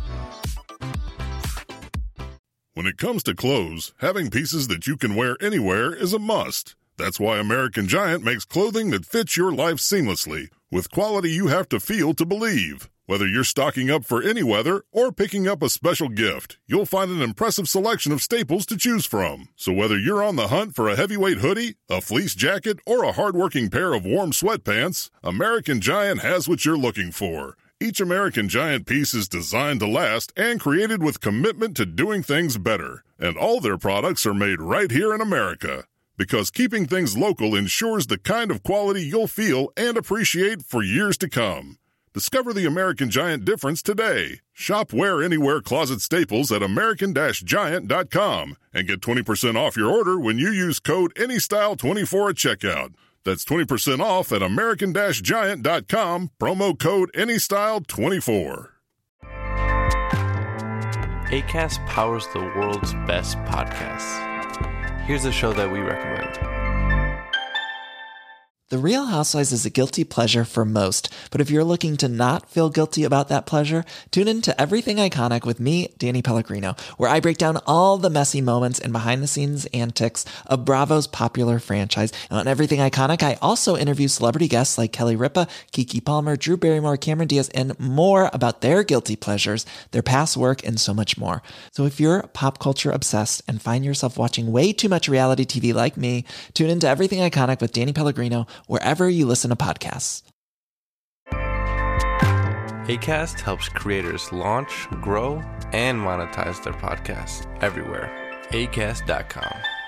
When it comes to clothes, having pieces that you can wear anywhere is a must. That's why American Giant makes clothing that fits your life seamlessly, with quality you have to feel to believe. Whether you're stocking up for any weather or picking up a special gift, you'll find an impressive selection of staples to choose from. So whether you're on the hunt for a heavyweight hoodie, a fleece jacket, or a hardworking pair of warm sweatpants, American Giant has what you're looking for. Each American Giant piece is designed to last and created with commitment to doing things better. And all their products are made right here in America. Because keeping things local ensures the kind of quality you'll feel and appreciate for years to come. Discover the American Giant difference today. Shop Wear Anywhere closet staples at american giant dot com and get twenty percent off your order when you use code ANYSTYLE twenty-four at checkout. That's twenty percent off at american giant dot com, promo code ANYSTYLE twenty-four. Acast powers the world's best podcasts. Here's a show that we recommend. The Real Housewives is a guilty pleasure for most, but if you're looking to not feel guilty about that pleasure, tune in to Everything Iconic with me, Danny Pellegrino, where I break down all the messy moments and behind-the-scenes antics of Bravo's popular franchise. And on Everything Iconic, I also interview celebrity guests like Kelly Ripa, Keke Palmer, Drew Barrymore, Cameron Diaz, and more about their guilty pleasures, their past work, and so much more. So if you're pop culture obsessed and find yourself watching way too much reality T V like me, tune into Everything Iconic with Danny Pellegrino, wherever you listen to podcasts. Acast helps creators launch, grow, and monetize their podcasts everywhere. acast dot com.